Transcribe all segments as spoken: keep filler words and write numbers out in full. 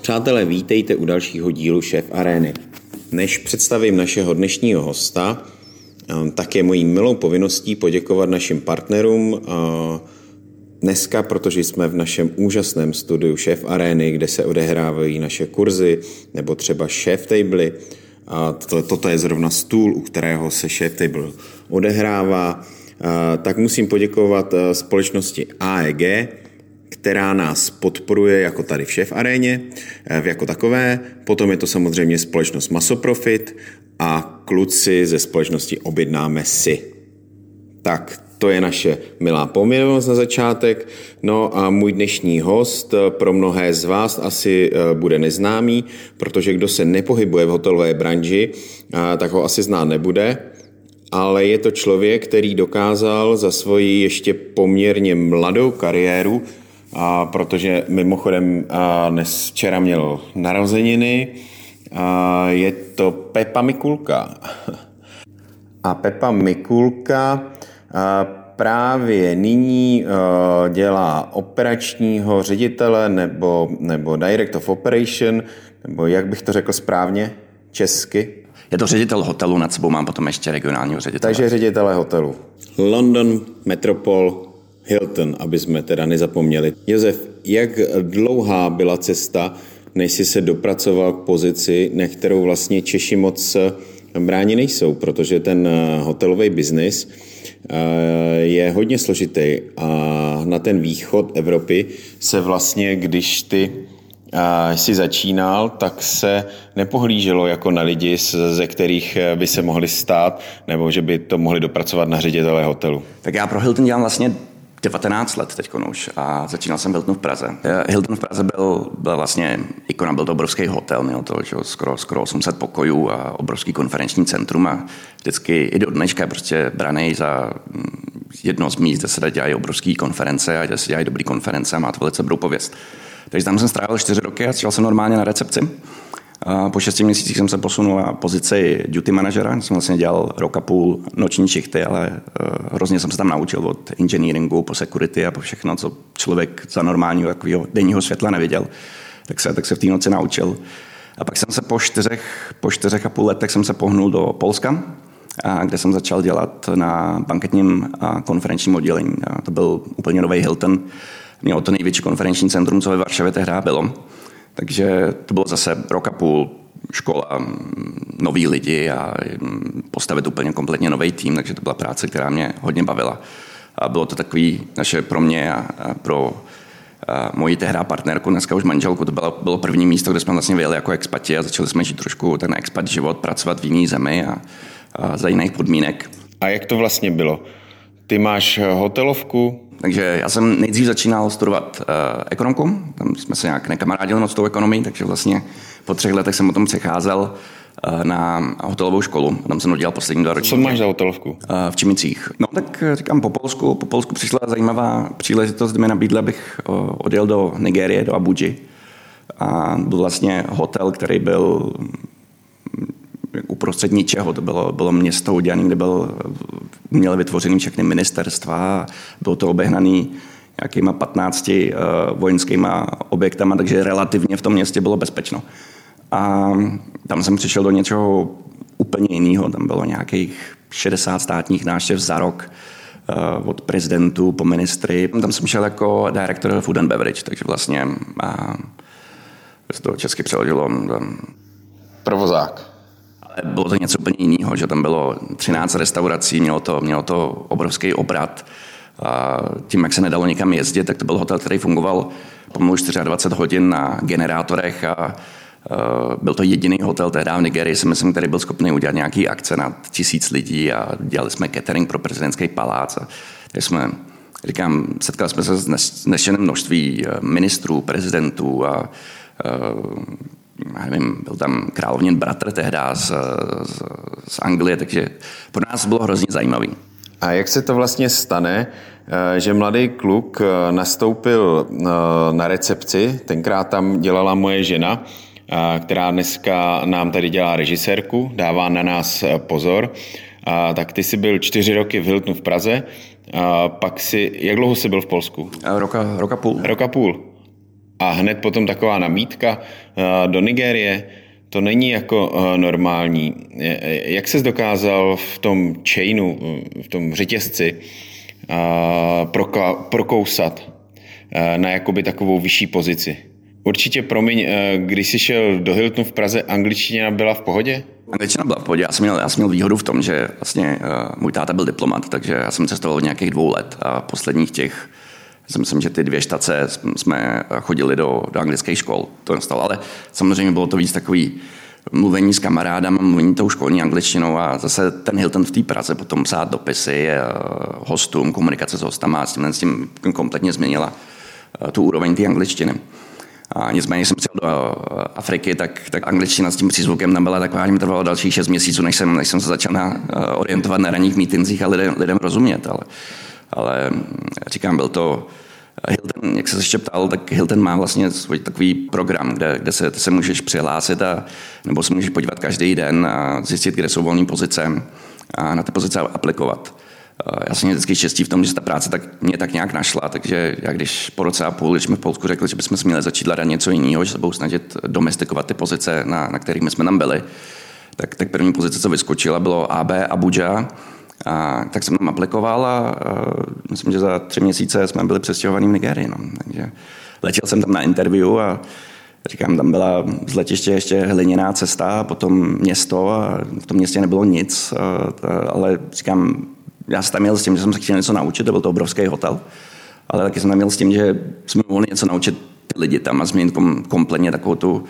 Přátelé, vítejte u dalšího dílu Šéf Arény. Než představím našeho dnešního hosta, tak je mojí milou povinností poděkovat našim partnerům dneska, protože jsme v našem úžasném studiu Šéf Arény, kde se odehrávají naše kurzy nebo třeba Šéf Table. A toto je zrovna stůl, u kterého se Šéf Table odehrává. Tak musím poděkovat společnosti A E G, která nás podporuje jako tady v Šéf Aréně, jako takové. Potom je to samozřejmě společnost Masoprofit a kluci ze společnosti Objednáme si. Tak to je naše milá poměrnost na začátek. No a můj dnešní host pro mnohé z vás asi bude neznámý, protože kdo se nepohybuje v hotelové branži, tak ho asi znát nebude. Ale je to člověk, který dokázal za svoji ještě poměrně mladou kariéru, a protože mimochodem a dnes včera měl narozeniny, a je to Pepa Mikulka. A Pepa Mikulka a právě nyní a dělá operačního ředitele nebo, nebo Direct of Operation, nebo jak bych to řekl správně česky? Je to ředitel hotelu, nad sebou mám potom ještě regionálního ředitele. Takže ředitele hotelu. London, Metropol, Hilton, aby jsme teda nezapomněli. Josef, jak dlouhá byla cesta, než jsi se dopracoval k pozici, na kterou vlastně Češi moc bráni nejsou, protože ten hotelový biznis je hodně složitý a na ten východ Evropy se vlastně, když ty jsi začínal, tak se nepohlíželo jako na lidi, ze kterých by se mohli stát, nebo že by to mohli dopracovat na ředitele hotelu. Tak já pro Hilton dělám vlastně devatenáct let teď už a začínal jsem v Hiltonu v Praze. Hilton v Praze byl, byl vlastně ikona, byl to obrovský hotel, měl to že, skoro, skoro osm set pokojů a obrovský konferenční centrum a vždycky i do dneška je prostě branej za jedno z míst, kde se dělají obrovské konference a kde se dělají dobré konference a má to velice dobrou pověst. Takže tam jsem strávil čtyři roky a začal jsem normálně na recepci. Po šesti měsících jsem se posunul na pozici duty manažera. Jsem vlastně dělal rok a půl noční šichty, ale hrozně jsem se tam naučil od engineeringu po security a po všechno, co člověk za normálního takového denního světla neviděl. Tak se, tak se v té noci naučil. A pak jsem se po čtyřech, po čtyřech a půl letech jsem se pohnul do Polska, a kde jsem začal dělat na banket a konferenčním oddělení. A to byl úplně nový Hilton. Mělo to největší konferenční centrum, co ve Varšavě tehdy bylo. Takže to bylo zase rok a půl škola, noví lidi a postavit úplně kompletně nový tým, takže to byla práce, která mě hodně bavila. A bylo to takový naše pro mě a pro a moji tehdy partnerku, dneska už manželku, to bylo, bylo první místo, kde jsme vlastně vyjeli jako expati a začali jsme žít trošku ten expat život, pracovat v jiné zemi a, a za jiných podmínek. A jak to vlastně bylo? Ty máš hotelovku? Takže já jsem nejdřív začínal studovat uh, ekonomku, tam jsme se nějak nekamarádili moc s tou ekonomií, takže vlastně po třech letech jsem o tom přecházel uh, na hotelovou školu. Tam jsem dělal poslední dva roky. Co máš za hotelovku? Uh, v Čimicích. No tak říkám po Polsku. Po Polsku přišla zajímavá příležitost, kdy mi nabídla, abych uh, odjel do Nigérie, do Abuji. A byl vlastně hotel, který byl uprostřed ničeho. To bylo, bylo město udělané, kde byl uměle vytvořený všechny ministerstva. Bylo to obehnaný nějakýma patnácti uh, vojenskýma objektama, takže relativně v tom městě bylo bezpečno. A tam jsem přišel do něčeho úplně jiného. Tam bylo nějakých šedesát státních návštěv za rok uh, od prezidentů po ministry. Tam jsem šel jako director food and beverage, takže vlastně uh, se to česky přeložilo um, provozák. Bylo to něco úplně jiného, že tam bylo třináct restaurací, mělo to, mělo to obrovský obrat. A tím, jak se nedalo nikam jezdit, tak to byl hotel, který fungoval pomalu dvacet čtyři hodin na generátorech a, a byl to jediný hotel tehdy v Nigerii, si myslím, který byl schopný udělat nějaký akce na tisíc lidí a dělali jsme catering pro prezidentský palác. A jsme, říkám, setkali jsme se s nesčetným množství ministrů, prezidentů a, a já nevím, byl tam královnin bratr tehdy z, z, z Anglie, takže pro nás bylo hrozně zajímavý. A jak se to vlastně stane, že mladý kluk nastoupil na recepci, tenkrát tam dělala moje žena, která dneska nám tady dělá režisérku, dává na nás pozor, tak ty jsi byl čtyři roky v Hiltonu v Praze, pak si, jak dlouho jsi byl v Polsku? Roka, roka půl. Roka půl. A hned potom taková nabídka do Nigérie, to není jako normální. Jak ses dokázal v tom chainu, v tom řetězci prokousat na jakoby takovou vyšší pozici? Určitě, promiň, když jsi šel do Hiltonu v Praze, angličtina byla v pohodě? Angličtina byla v pohodě. Já jsem měl, já jsem měl výhodu v tom, že vlastně uh, můj táta byl diplomat, takže já jsem cestoval od nějakých dvou let a posledních těch, já myslím, že ty dvě štace jsme chodili do, do anglických škol. To nastalo, ale samozřejmě bylo to víc takový mluvení s kamarádem, mluvení tou školní angličtinou a zase ten Hilton v té Praze potom psát dopisy uh, hostům, komunikace s hostama a s tím, s tím kompletně změnila uh, tu úroveň té angličtiny. A nicméně jsem přijel do Afriky, tak, tak angličtina s tím přízvukem tam byla taková, že mi trvalo dalších šest měsíců, než jsem, než jsem se začal na, orientovat na ranních mítincích a lidem, lidem rozumět. Ale, ale říkám, byl to Hilton, jak se ještě ptal, tak Hilton má vlastně svůj takový program, kde, kde se, se můžeš přihlásit a, nebo se můžeš podívat každý den a zjistit, kde jsou volné pozice a na ty pozice aplikovat. Já jsem měl vždycky štěstí v tom, že ta práce tak, mě tak nějak našla, takže já když po roce a půl, když jsme v Polsku řekli, že bychom si měli začít hledat něco jiného, že se budou snažit domestikovat ty pozice, na, na kterých my jsme tam byli, tak, tak první pozice, co vyskočila, bylo A B Abuja. A tak jsem tam aplikoval a, a myslím, že za tři měsíce jsme byli přestěhovaní v Nigérii. No. Takže letěl jsem tam na interview a říkám, tam byla z letiště ještě hliněná cesta, potom město a v tom městě nebylo nic, a, a, ale říkám, já jsem tam měl s tím, že jsem se chtěl něco naučit, to byl to obrovský hotel, ale taky jsem tam měl s tím, že jsme mohli něco naučit ty lidi tam a změnit kom, kompletně takovou tu,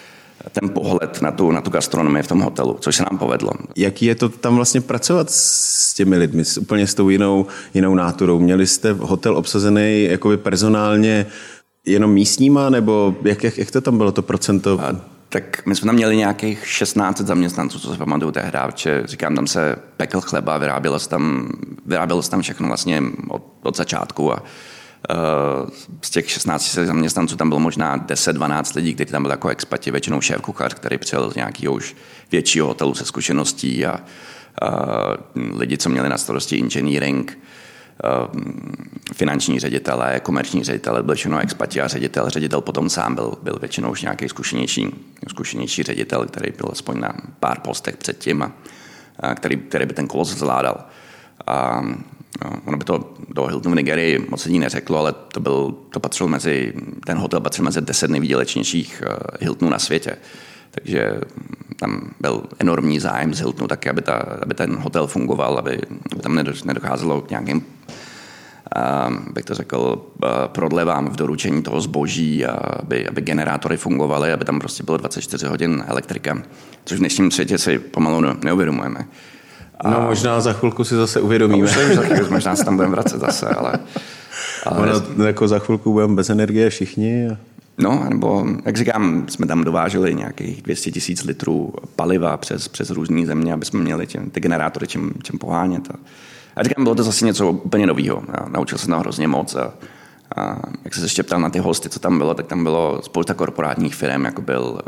ten pohled na tu, na tu gastronomii v tom hotelu, což se nám povedlo. Jaký je to tam vlastně pracovat s těmi lidmi, s, úplně s tou jinou, jinou náturou? Měli jste hotel obsazený jakoby personálně jenom místníma, nebo jak, jak, jak to tam bylo, to procento? A tak my jsme tam měli nějakých šestnáct zaměstnanců, co se pamatuju tehdy, že říkám, tam se pekl chleba, vyrábělo se tam, vyrábělo se tam všechno vlastně od, od začátku a uh, z těch šestnácti zaměstnanců tam bylo možná deset dvanáct lidí, kteří tam byli jako expati, většinou šéf-kuchař, který přijel z nějakého už většího hotelu se zkušeností a uh, lidi, co měli na starosti engineering, uh, finanční ředitelé, komerční ředitelé, byl všechno expati a ředitel. Ředitel potom sám byl, byl většinou už nějaký zkušenější, zkušenější ředitel, který byl aspoň na pár postech předtím a, a který, který by ten kolos zvládal. A, no, ono by to do Hiltonu v Nigerii moc lidí neřeklo, ale to, byl, to patřilo mezi, ten hotel patřil mezi deset nejvýdělečnějších Hiltonů na světě. Takže tam byl enormní zájem z Hiltonu taky, aby, ta, aby ten hotel fungoval, aby, aby tam nedocházelo k nějakým, uh, bych to řekl, uh, prodlevám v doručení toho zboží, a aby, aby generátory fungovaly, aby tam prostě bylo dvacet čtyři hodin elektrika, což v dnešním světě si pomalu neuvědomujeme. A no možná za chvilku si zase uvědomíme. No, za chvilku, možná se tam budeme vracet zase, ale... ale... Ono, jako za chvilku budeme bez energie všichni. A... No, nebo, jak říkám, jsme tam dováželi nějakých dvě stě tisíc litrů paliva přes, přes různé země, aby jsme měli těm, ty generátory čím, čím pohánět. A, a říkám, bylo to zase něco úplně nového. Naučil jsem tam hrozně moc. A, a jak se ještě ptal na ty hosty, co tam bylo, tak tam bylo spousta korporátních firm, jako byl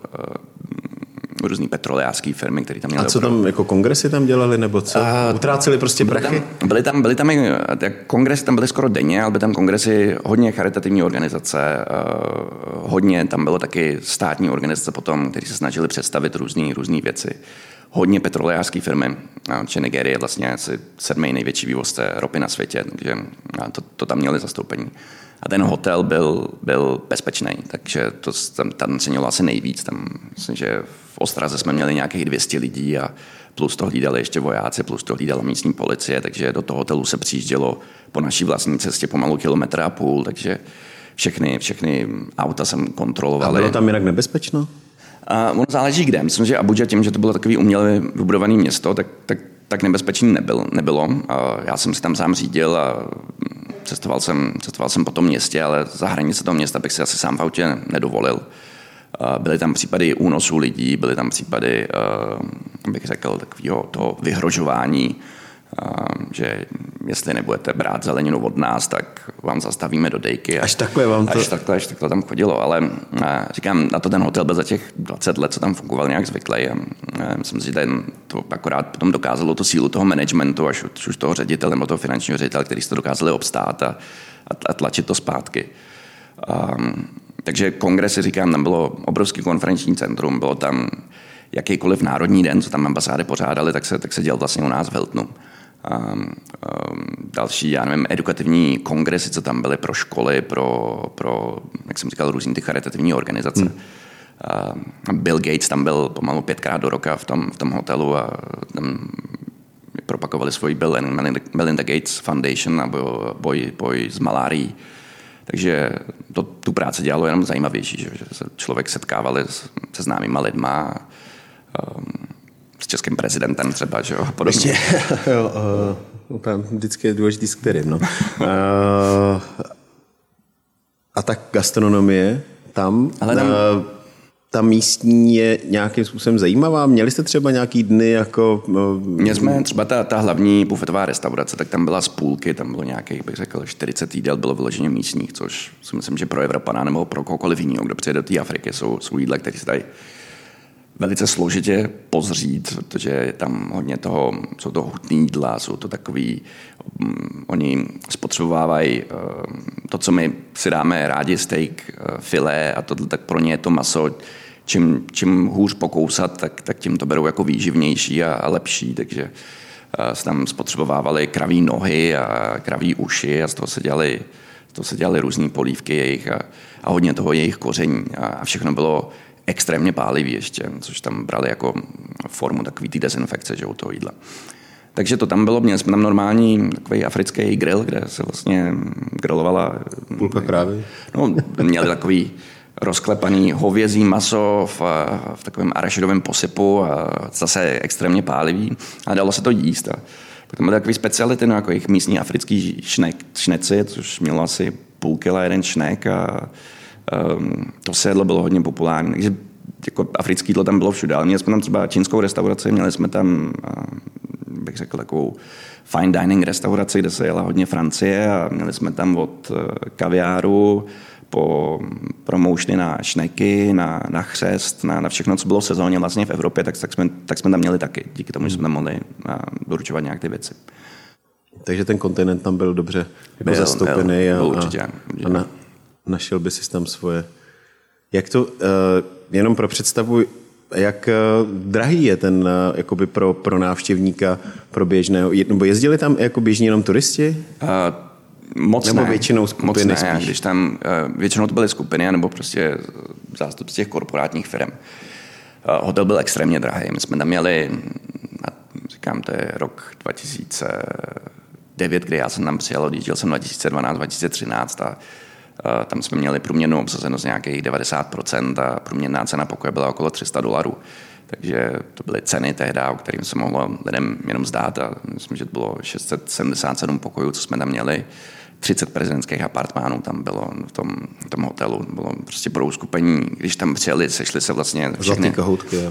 uh, různý petrolejářský firmy, které tam měly. A co opravdu... tam, jako kongresy tam dělali, nebo co? A, Utráceli prostě prachy? Tam, byly tam, byly tam i, kongresy tam byly skoro denně, ale byly tam kongresy hodně charitativní organizace, uh, hodně tam bylo taky státní organizace potom, kteří se snažili představit různý, různý věci. Hodně petrolejářské firmy, protože Nigérie je vlastně asi sedmý největší vývozce ropy na světě, takže to, to tam měli zastoupení. A ten hotel byl, byl bezpečný, takže to tam, tam cenilo asi nejvíc. Tam, myslím, že v Ostraze jsme měli nějakých dvě stě lidí a plus to hlídali ještě vojáci, plus to hlídala místní policie, takže do toho hotelu se přijíždělo po naší vlastní cestě pomalu kilometr a půl, takže všechny, všechny auta jsem kontroloval. A bylo tam jinak nebezpečno? A ono záleží kde. Myslím, že Abuja tím, že to bylo takový uměle vybudované město, tak, tak, tak nebezpečný nebyl, nebylo. A já jsem si tam sám řídil a cestoval jsem, cestoval jsem po tom městě, ale za hranice toho města bych si asi sám v autě nedovolil. A byly tam případy únosů lidí, byly tam případy, bych řekl, takového toho vyhrožování, že jestli nebudete brát zeleninu od nás, tak vám zastavíme do dejky. Až takhle vám to... Až takhle, až takhle tam chodilo, ale říkám, na to ten hotel byl za těch dvacet let, co tam fungoval, nějak zvyklý. A myslím si, že ten, to akorát potom dokázalo tu sílu toho managementu, až už toho ředitele nebo toho finančního ředitele, který si to dokázali obstát a, a tlačit to zpátky. A, takže kongresy, říkám, tam bylo obrovský konferenční centrum, bylo tam jakýkoliv národní den, co tam ambasády pořádaly, tak se, tak se dělal vlastně u nás v Hiltonu. Um, um, další, já nevím, edukativní kongresy, co tam byly pro školy, pro, pro jak jsem říkal, různý ty charitativní organizace. Hmm. Uh, Bill Gates tam byl pomalu pětkrát do roka v tom, v tom hotelu a tam propakovali svůj Bill and Melinda Gates Foundation a boj, boj s malárií. Takže to, tu práci dělalo jenom zajímavější, že, že se člověk setkával se známýma lidma, um, s českým prezidentem třeba, že jo, a podobně. jo, uh, vždycky je důležitý s kterým, no. uh, a tak gastronomie tam, Ale tam... Uh, ta místní je nějakým způsobem zajímavá? Měli jste třeba nějaký dny jako... Měli jsme třeba ta, ta hlavní bufetová restaurace, tak tam byla z půlky, tam bylo nějakých, bych řekl, čtyřicet jídel bylo vyloženě místních, což si myslím, že pro Evropana nebo pro kohokoliv jiného, kdo přijde do té Afriky, jsou, jsou jídla, které se dají velice složitě pozřít, protože je tam hodně toho, jsou to hutný jídla, jsou to takový, um, oni spotřebovávají um, to, co my si dáme rádi, steak, uh, filé a to, tak pro ně je to maso, čím, čím hůř pokousat, tak, tak tím to berou jako výživnější a, a lepší, takže uh, se tam spotřebovávali kraví nohy a kraví uši a z toho se dělali, z toho se dělali různý polívky jejich a, a hodně toho jejich koření a, a všechno bylo extrémně pálivý ještě, což tam brali jako formu takový té dezinfekce, že u toho jídla. Takže to tam bylo, měli jsme tam normální takový africký grill, kde se vlastně grillovala... Půlka krávy? No, měli takový rozklepaný hovězí maso v, v takovém arašidovém posypu a zase extrémně pálivý a dalo se to jíst. A potom byly takový speciality, no, jako jejich místní africký šnek, šneci, což mělo asi půl kila jeden šnek a Um, to sedlo bylo hodně populární, takže jako africký jídlo tam bylo všude, ale měli jsme tam třeba čínskou restauraci, měli jsme tam, uh, bych řekl, takovou fine dining restauraci, kde se jela hodně Francie a měli jsme tam od uh, kaviáru po promoušny na šneky, na, na chřest, na, na všechno, co bylo sezónně vlastně v Evropě, tak, tak, jsme, tak jsme tam měli taky, díky tomu, že jsme tam mohli uh, doručovat nějaké ty věci. Takže ten kontinent tam byl dobře byl, zastoupený byl, a, byl určitě, určitě. a na, našel by si tam svoje. Jak to, uh, jenom pro představu, jak uh, drahý je ten uh, jakoby pro, pro návštěvníka, pro běžného, nebo jezdili tam jako běžní jenom turisti? Uh, moc nebo ne. většinou skupiny moc ne, spíš? Když tam, uh, většinou to byly skupiny, nebo prostě zástupci těch korporátních firm. Uh, hotel byl extrémně drahý. My jsme tam měli, říkám, to je rok dva tisíce devět, kdy já jsem tam přijel, odjížděl jsem dva tisíce dvanáct dva tisíce třináct a Uh, tam jsme měli průměrnou obsazenost nějakých devadesát procent a průměrná cena pokoje byla okolo tři sta dolarů. Takže to byly ceny tehdy, o kterým se mohlo lidem jenom zdát a myslím, že to bylo šest set sedmdesát sedm pokojů, co jsme tam měli. třicet prezidentských apartmánů tam bylo v tom, v tom hotelu. Bylo prostě pro uskupení, když tam přijeli, sešli se vlastně všechny. Zlatý kohoutky, jo.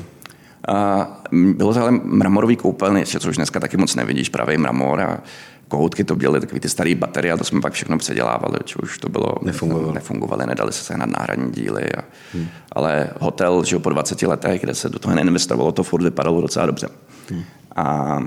A bylo to ale mramorový koupelny, což dneska taky moc nevidíš, pravý mramor a kohoutky to byly takový ty staré baterie a to jsme pak všechno předělávali, či už to bylo nefungovalo, nefungovali, nedali se sehnat náhradní díly. A, hmm. Ale hotel, že po dvaceti letech, kde se do toho neinvestovalo, to furt vypadalo docela dobře. Hmm. A, a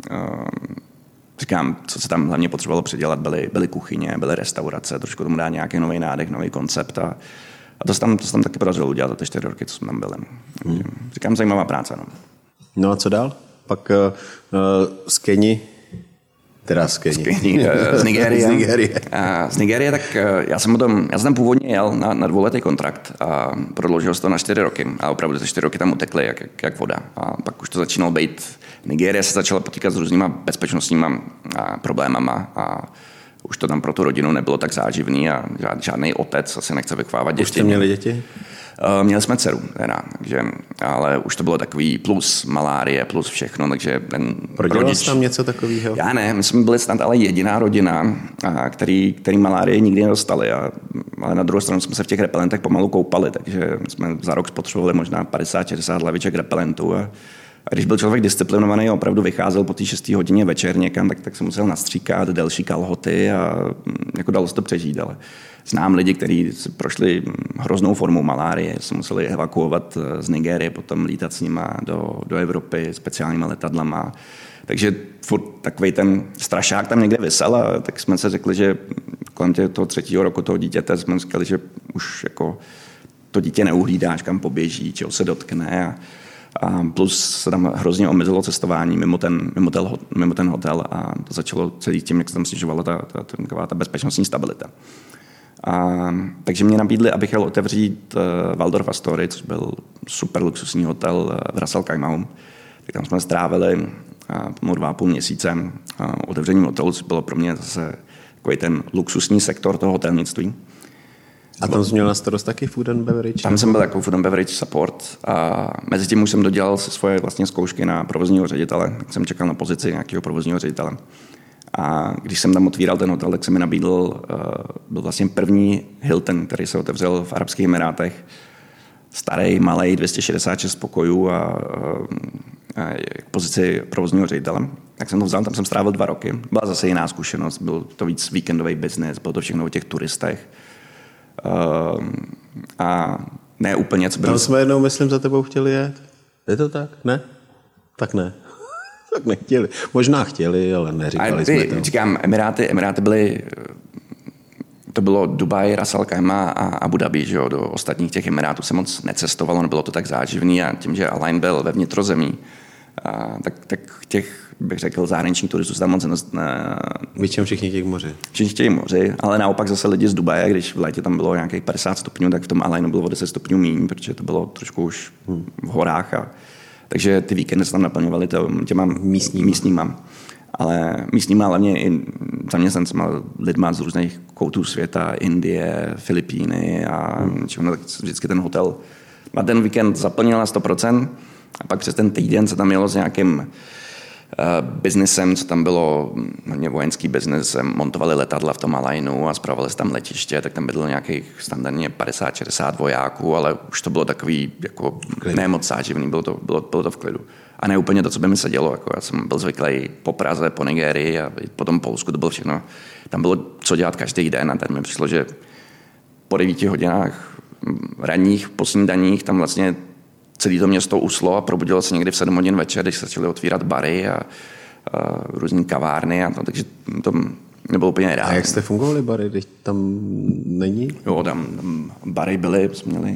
říkám, co se tam hlavně potřebovalo předělat, byly, byly kuchyně, byly restaurace, trošku tomu dát nějaký nový nádech, nový koncept a, a to se tam, to se tam taky podařilo udělat za ty čtyři roky, co jsme tam byli. Hmm. Říkám, zajímavá práce. No. no a co dál? Pak uh, z Keni Teda z Keni. Z, Keni, z Nigérie. z Nigérie. A z Nigérie, tak já jsem, tom, já jsem tam původně jel na, na dvouletý kontrakt a prodloužil se to na čtyři roky. A opravdu ty čtyři roky tam utekly jak, jak, jak voda. A pak už to začínalo být. Nigérie se začala potýkat s různýma bezpečnostníma problémama a už to tam pro tu rodinu nebylo tak záživný a žádný otec asi nechce vychovávat děti. Už jste měli děti? Uh, měli jsme dceru, teda, takže, ale už to bylo takový plus malárie, plus všechno, takže ten Rodilo rodič... tam něco takového? Já ne, my jsme byli snad ale jediná rodina, který, který malárie nikdy nedostali, a, ale na druhou stranu jsme se v těch repelentech pomalu koupali, takže jsme za rok spotřebovali možná padesát šedesát hlaviček repelentů a, a když byl člověk disciplinovaný a opravdu vycházel po té šesté hodině večer někam, tak, tak se musel nastříkat delší kalhoty a jako dalo se to přežít, ale znám lidi, kteří prošli hroznou formou malárie, se museli evakuovat z Nigérie, potom lítat s nima do, do Evropy speciálníma letadlama. Takže furt takovej ten strašák tam někde visel a tak jsme se řekli, že kolem toho třetího roku toho dítěte jsme říkali, že už jako to dítě neuhlídáš, kam poběží, čeho se dotkne a, a plus se tam hrozně omezilo cestování mimo ten, mimo ten, mimo ten hotel a to začalo celý tím, jak se tam snižovala ta, ta, ta, ta bezpečnostní stabilita. A, takže mě nabídli, abych jel otevřít uh, Waldorf Astoria, což byl super luxusní hotel uh, v Ras Al Khaimah. Tak tam jsme strávili uh, dva a půl měsíce uh, otevřením hotelu, což bylo pro mě zase takový ten luxusní sektor toho hotelnictví. A tam jsi měl na starost taky food and beverage? Tam jsem byl jako food and beverage support a mezi tím už jsem dodělal svoje vlastně zkoušky na provozního ředitele. Tak jsem čekal na pozici nějakého provozního ředitele. A když jsem tam otvíral ten hotel, tak se mi nabídl, byl vlastně první Hilton, který se otevřel v Arabských Emirátech. Starý, malej, dvě stě šedesát šest pokojů a, a, a k pozici provozního ředitele. Tak jsem to vzal, tam jsem strávil dva roky. Byla zase jiná zkušenost, byl to víc víkendový biznes, bylo to všechno o těch turistech. Uh, a ne úplně, co bylo. Tam jsme jednou, myslím, za tebou chtěli jet. Je to tak? Ne? Tak ne. Tak nechtěli. Možná chtěli, ale neříkali jsme to. Říkám, Emiráty, Emiráty byly, to bylo Dubaj, Ras Al Khaimah a Abu Dhabi, že jo, do ostatních těch Emirátů se moc necestovalo, nebylo to tak záživný a tím, že Align byl ve vnitrozemí, a tak, tak těch, bych řekl, zahraničních turistů se tam moc ne... Většinou všichni chtějí k moři. Všichni chtějí moři, ale naopak zase lidi z Dubaje, když v létě tam bylo nějakých padesát stupňů, tak v tom Alignu bylo o deset stupňů míň, protože to bylo trošku už v horách. A, takže ty víkendy se tam naplňovaly těma místní, místníma. Ale místníma hlavně i zaměstnancima, lidma z různých koutů světa, Indie, Filipíny a hmm. čemu, tak vždycky ten hotel na ten víkend zaplnil na sto procent a pak přes ten týden se tam jelo s nějakým uh, biznesem, co tam bylo, hodně vojenský biznes, montovali letadla v tom Alignu a spravovali se tam letiště, tak tam bylo nějakých standardně padesát šedesát vojáků, ale už to bylo takový jako ne moc záživný, bylo to, bylo, bylo to v klidu. A ne úplně to, co by mi se dělo. Jako já jsem byl zvyklý po Praze, po Nigérii a po tom Polsku to bylo všechno. Tam bylo co dělat každý den a tady mi přišlo, že po devíti hodinách ranních, po snídaních tam vlastně celé to město uslo a probudilo se někdy v sedm hodin večer, když se začaly otvírat bary a, a různý kavárny a to, takže to nebylo úplně rád. A jak jste fungovali bary, když tam není? Jo, tam, tam bary byly, jsme měli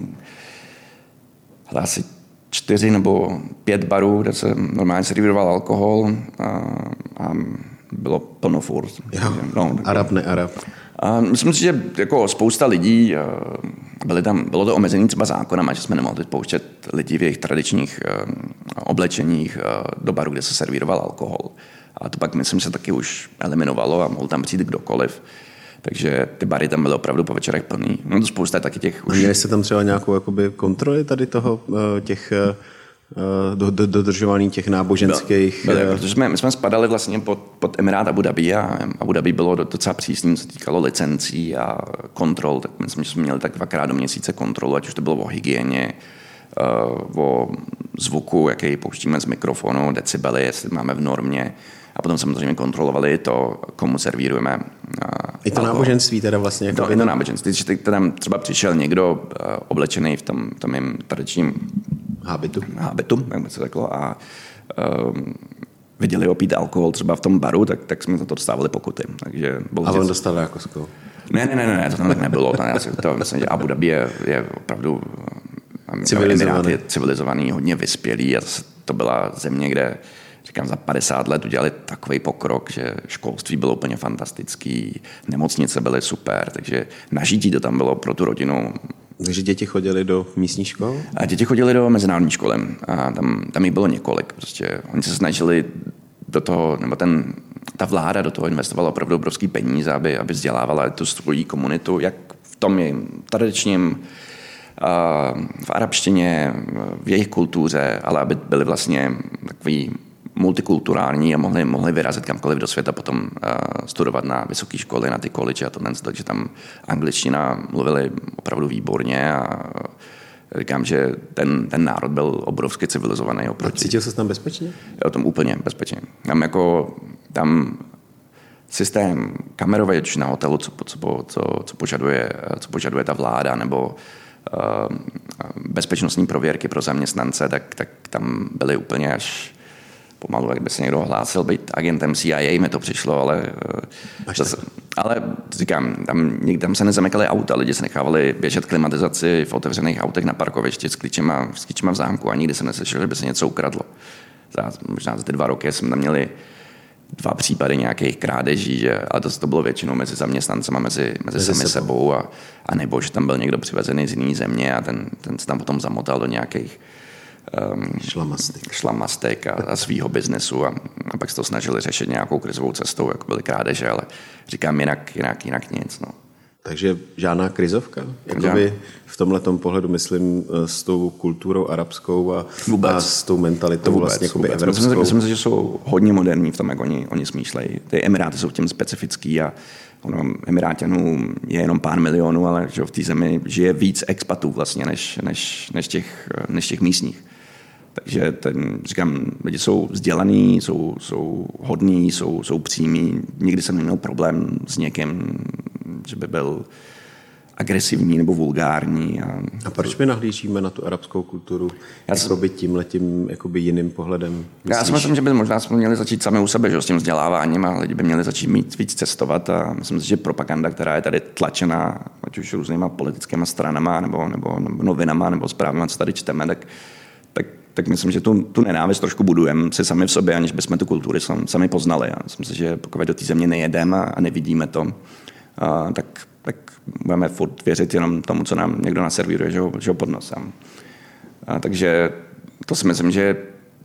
asi čtyři nebo pět barů, kde se normálně servíroval alkohol a, a bylo plno furt. No, Arab, ne Arab. A myslím si, že jako spousta lidí, byly tam, bylo to omezené třeba zákonama, že jsme nemohli pouštět lidi v jejich tradičních oblečeních do baru, kde se servíroval alkohol. A to pak, myslím, se taky už eliminovalo a mohl tam přijít kdokoliv. Takže ty bary tam byly opravdu po večerech plný. No to spousta taky těch už... Měli jste tam třeba nějakou jakoby kontroly tady toho, těch do, do, dodržování těch náboženských... Byli, byli, protože jsme, my jsme spadali vlastně pod, pod Emirát Abu Dhabi a Abu Dhabi bylo docela přísný, co se týkalo licencí a kontrol, tak myslím, že jsme měli tak dvakrát do měsíce kontrolu, ať už to bylo o hygieně, o zvuku, jaký pouštíme z mikrofonu, decibely, jestli máme v normě. A potom samozřejmě kontrolovali to, komu servírujeme. I to alkohol. Náboženství teda vlastně. Jako to, I to náboženství. Když tam třeba přišel někdo oblečený v tom, tom jim tradičním hábitu, hábitu jak by se řeklo, a um, viděli ho pít alkohol třeba v tom baru, tak, tak jsme za to dostávali pokuty. Takže a on dostal jako skoro? Ne, ne, ne, ne, to tam tak nebylo. To, to, myslím, že Abu Dhabi je, je opravdu civilizovaný. Je civilizovaný, hodně vyspělý a to byla země, kde říkám, za padesát let udělali takový pokrok, že školství bylo úplně fantastický, nemocnice byly super, takže nažití to tam bylo pro tu rodinu. Takže děti chodili do místní školy? A děti chodili do mezinárodní školy a tam, tam jich bylo několik. Prostě oni se snažili do toho, nebo ten, ta vláda do toho investovala opravdu obrovský peníze, aby, aby vzdělávala tu svoji komunitu, jak v tom jejím tradičním, v arabštině, v jejich kultuře, ale aby byli vlastně takový multikulturální a mohli, mohli vyrazit kamkoliv do světa, potom uh, studovat na vysoké školy, na ty college a to, takže tam angličtina mluvili opravdu výborně a říkám, že ten, ten národ byl obrovsky civilizovaný. Oproti. A cítil jsi tam bezpečně? Jo, tam úplně bezpečně. Tam jako, tam systém kamerový na hotelu, co, co, co, co, požaduje, co požaduje ta vláda, nebo uh, bezpečnostní prověrky pro zaměstnance, tak, tak tam byly úplně až pomalu, jak by se někdo hlásil být agentem C I A, mi to přišlo, ale, zase, ale říkám, tam, tam se nezamykaly auta, lidi se nechávali běžet klimatizaci v otevřených autech na parkovišti s klíčema, s klíčema v zámku a nikdy jsem neslyšel, že by se něco ukradlo. Za, možná za ty dva roky jsme tam měli dva případy nějakých krádeží, že, ale to, to bylo většinou mezi zaměstnancema, mezi, mezi, mezi sami sebou, sebou a, a nebo že tam byl někdo přivezený z jiné země a ten, ten se tam potom zamotal do nějakých um, šlamastek, šlamastek a, a svýho biznesu a, a pak se to snažili řešit nějakou krizovou cestou, jako byly krádeže, ale říkám jinak, jinak, jinak nic. No. Takže žádná krizovka? Jakoby v tomhletom pohledu myslím s tou kulturou arabskou a, a s tou mentalitou vůbec, vlastně vůbec. evropskou. Myslím, myslím si, že jsou hodně moderní v tom, jak oni, oni smýšlejí. Ty Emiráty jsou tím specifický a ono, Emiráťanů je jenom pár milionů, ale že v té zemi žije víc expatů vlastně, než, než, než, těch, než těch místních. Takže ten, říkám, lidi jsou vzdělaný, jsou, jsou hodní, jsou, jsou přímí. Nikdy jsem neměl problém s někým, že by byl agresivní nebo vulgární. A, a proč my nahlížíme na tu arabskou kulturu jakoby tímhletím jakoby jiným pohledem? Myslíš? Já si myslím, že by možná jsme měli začít sami u sebe, že, s tím vzděláváním a lidi by měli začít mít víc cestovat a myslím si, že propaganda, která je tady tlačena, ať už různýma politickými stranama nebo, nebo, nebo novinama nebo zprávami, co tady čteme, tak, tak tak myslím, že tu, tu nenávist trošku budujeme si sami v sobě, aniž bychom tu kulturu sami poznali. A myslím si, že pokud do té země nejedeme a nevidíme to, a, tak, tak budeme furt věřit jenom tomu, co nám někdo naservíruje, že ho, že ho pod nosem. A, takže to si myslím, že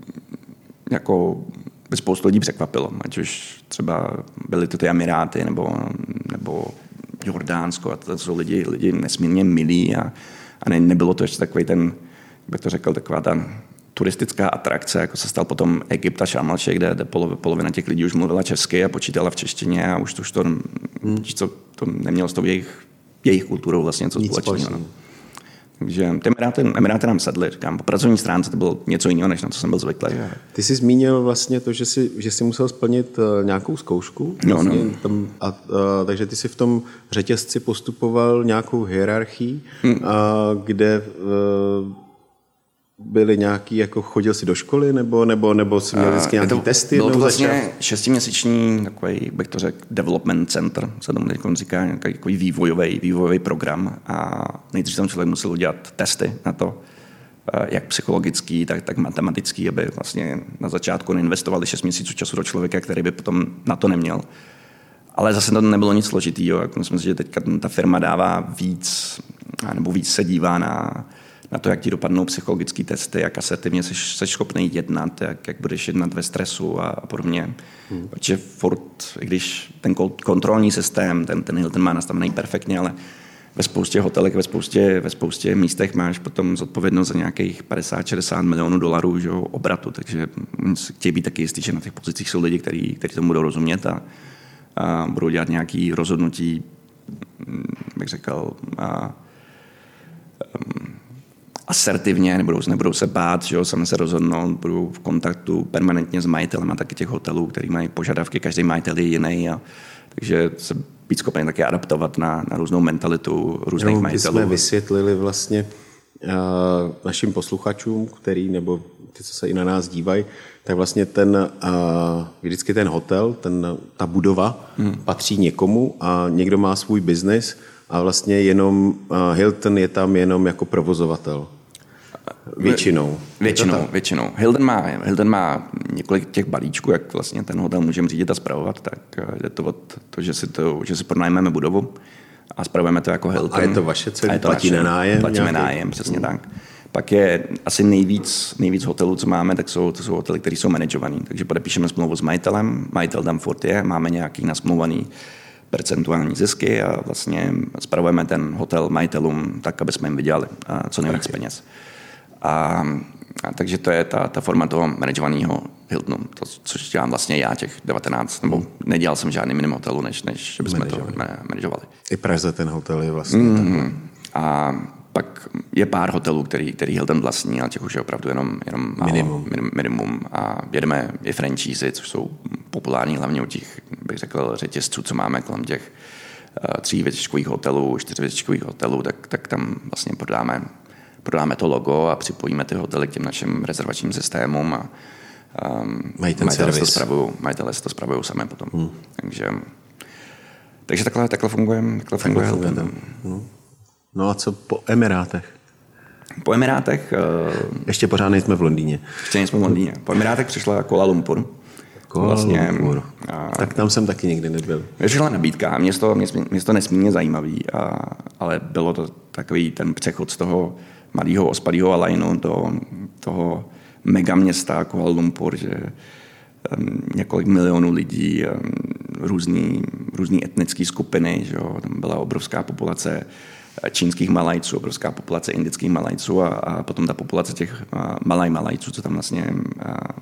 jako by spoustu lidí překvapilo. Ať už třeba byly to ty Emiráty nebo, nebo Jordánsko a to jsou lidi, lidi nesmírně milí a, a ne, nebylo to ještě takový ten, bych to řekl, taková ta turistická atrakce, jako se stal potom Egypt a Šarm el-Šejch, kde, kde polovina těch lidí už mluvila česky a počítala v češtině a už to, už to, hmm. to, to nemělo s tou jejich, jejich kulturou vlastně něco společného. No. Takže ty Emiráty, Emiráty nám sedly, říkám, po pracovní stránce to bylo něco jiného, než na co jsem byl zvyklý. Ty jsi zmínil vlastně to, že jsi, že jsi musel splnit nějakou zkoušku. No, vlastně no. Tam, a, a, takže ty jsi v tom řetězci postupoval nějakou hierarchii, hmm. a, kde a, byly nějaký, jako chodil jsi do školy, nebo, nebo, nebo jsi měl vždycky nějaký to, testy? Bylo to vlastně šestiměsíční takový, bych to řekl, development center, se tomu teď říká, nějaký vývojový, vývojový program a nejdřív tam člověk musel udělat testy na to, jak psychologický, tak, tak matematický, aby vlastně na začátku neinvestovali šest měsíců času do člověka, který by potom na to neměl. Ale zase to nebylo nic složitýho. Myslím si, že teďka ta firma dává víc, nebo víc se dívá na na to, jak ti dopadnou psychologické testy, jak asertivně jsi, jsi schopný jednat, jak, jak budeš jednat ve stresu a, a podobně. Hmm. Protože furt, i když ten kontrolní systém, ten, ten Hilton má nastavený perfektně, ale ve spoustě hotelek, ve spoustě, ve spoustě místech máš potom zodpovědnost za nějakých padesát šedesát milionů dolarů, že, obratu, takže chtějí být taky jistý, že na těch pozicích jsou lidi, kteří, kteří tomu budou rozumět a, a budou dělat nějaké rozhodnutí, bych řekl, a, um, asertivně, nebudou, nebudou se bát, že jo, sami se rozhodnout, budou v kontaktu permanentně s majitelem a taky těch hotelů, který mají požadavky, každý majitel je jiný, a, takže se být schopný také adaptovat na, na různou mentalitu různých no, majitelů. My jsme vysvětlili vlastně uh, našim posluchačům, který, nebo ty, co se i na nás dívají, tak vlastně ten, uh, vždycky ten hotel, ten, ta budova hmm. patří někomu a někdo má svůj biznis a vlastně jenom uh, Hilton je tam jenom jako provozovatel. Většinou. Většinou, většinou. Hilton má, Hilton má několik těch balíčků, jak vlastně ten hotel můžeme řídit a spravovat, tak je to od to, že si, to, že si pronajmeme budovu a spravujeme to jako Hilton. A je to vaše celé? Platíme nájem? Platíme nájem, přesně mm. tak. Pak je asi nejvíc, nejvíc hotelů, co máme, tak jsou, to jsou hotely, které jsou manažovaný. Takže podepíšeme smlouvu s majitelem, majitel tam furt je, máme nějaký nasmluvaný percentuální zisky a vlastně spravujeme ten hotel majitelům tak, aby jsme jim vydělali co nejvíc okay. peněz. A, a takže to je ta, ta forma toho manažovaného Hiltonu, to, což dělám vlastně já těch devatenáct, nebo nedělal jsem žádný minimum hotelu, než, než bychom Manažovali. to manažovali. I Praze ten hotel je vlastně mm-hmm. A pak je pár hotelů, který, který Hilton vlastní, ale těch už je opravdu jenom, jenom málo, minimum. Minim, minimum. A jedeme i franchise, což jsou populární hlavně u těch, bych řekl, řetězců, co máme kolem těch uh, tří hvězdičkových hotelů, čtyři hvězdičkových hotelů, tak, tak tam vlastně prodáme prodáme to logo a připojíme ty hotely k těm našim rezervačním systémům a, um, mají ten majitele servis. Si to spravují, majitele si to spravují sami potom. Hmm. Takže, takže takhle, takhle funguje. Takhle funguje, takhle funguje no. no a co po Emirátech? Po Emirátech... Uh, ještě pořád nejsme v Londýně. Ještě nejsme v Londýně. Po Emirátech přišla Kuala Lumpur. Kuala vlastně, Lumpur. A, tak tam jsem taky nikdy nebyl. Přišla nabídka. Město, město nesmírně zajímavý, a, ale bylo to takový ten přechod z toho malého ospadého Alainu do toho mega města Kuala Lumpur, že um, několik milionů lidí, um, různý, různý etnické skupiny, že jo, tam byla obrovská populace čínských Malajců, obrovská populace indických Malajců a, a potom ta populace těch a, Malaj Malajců, co tam vlastně a, a,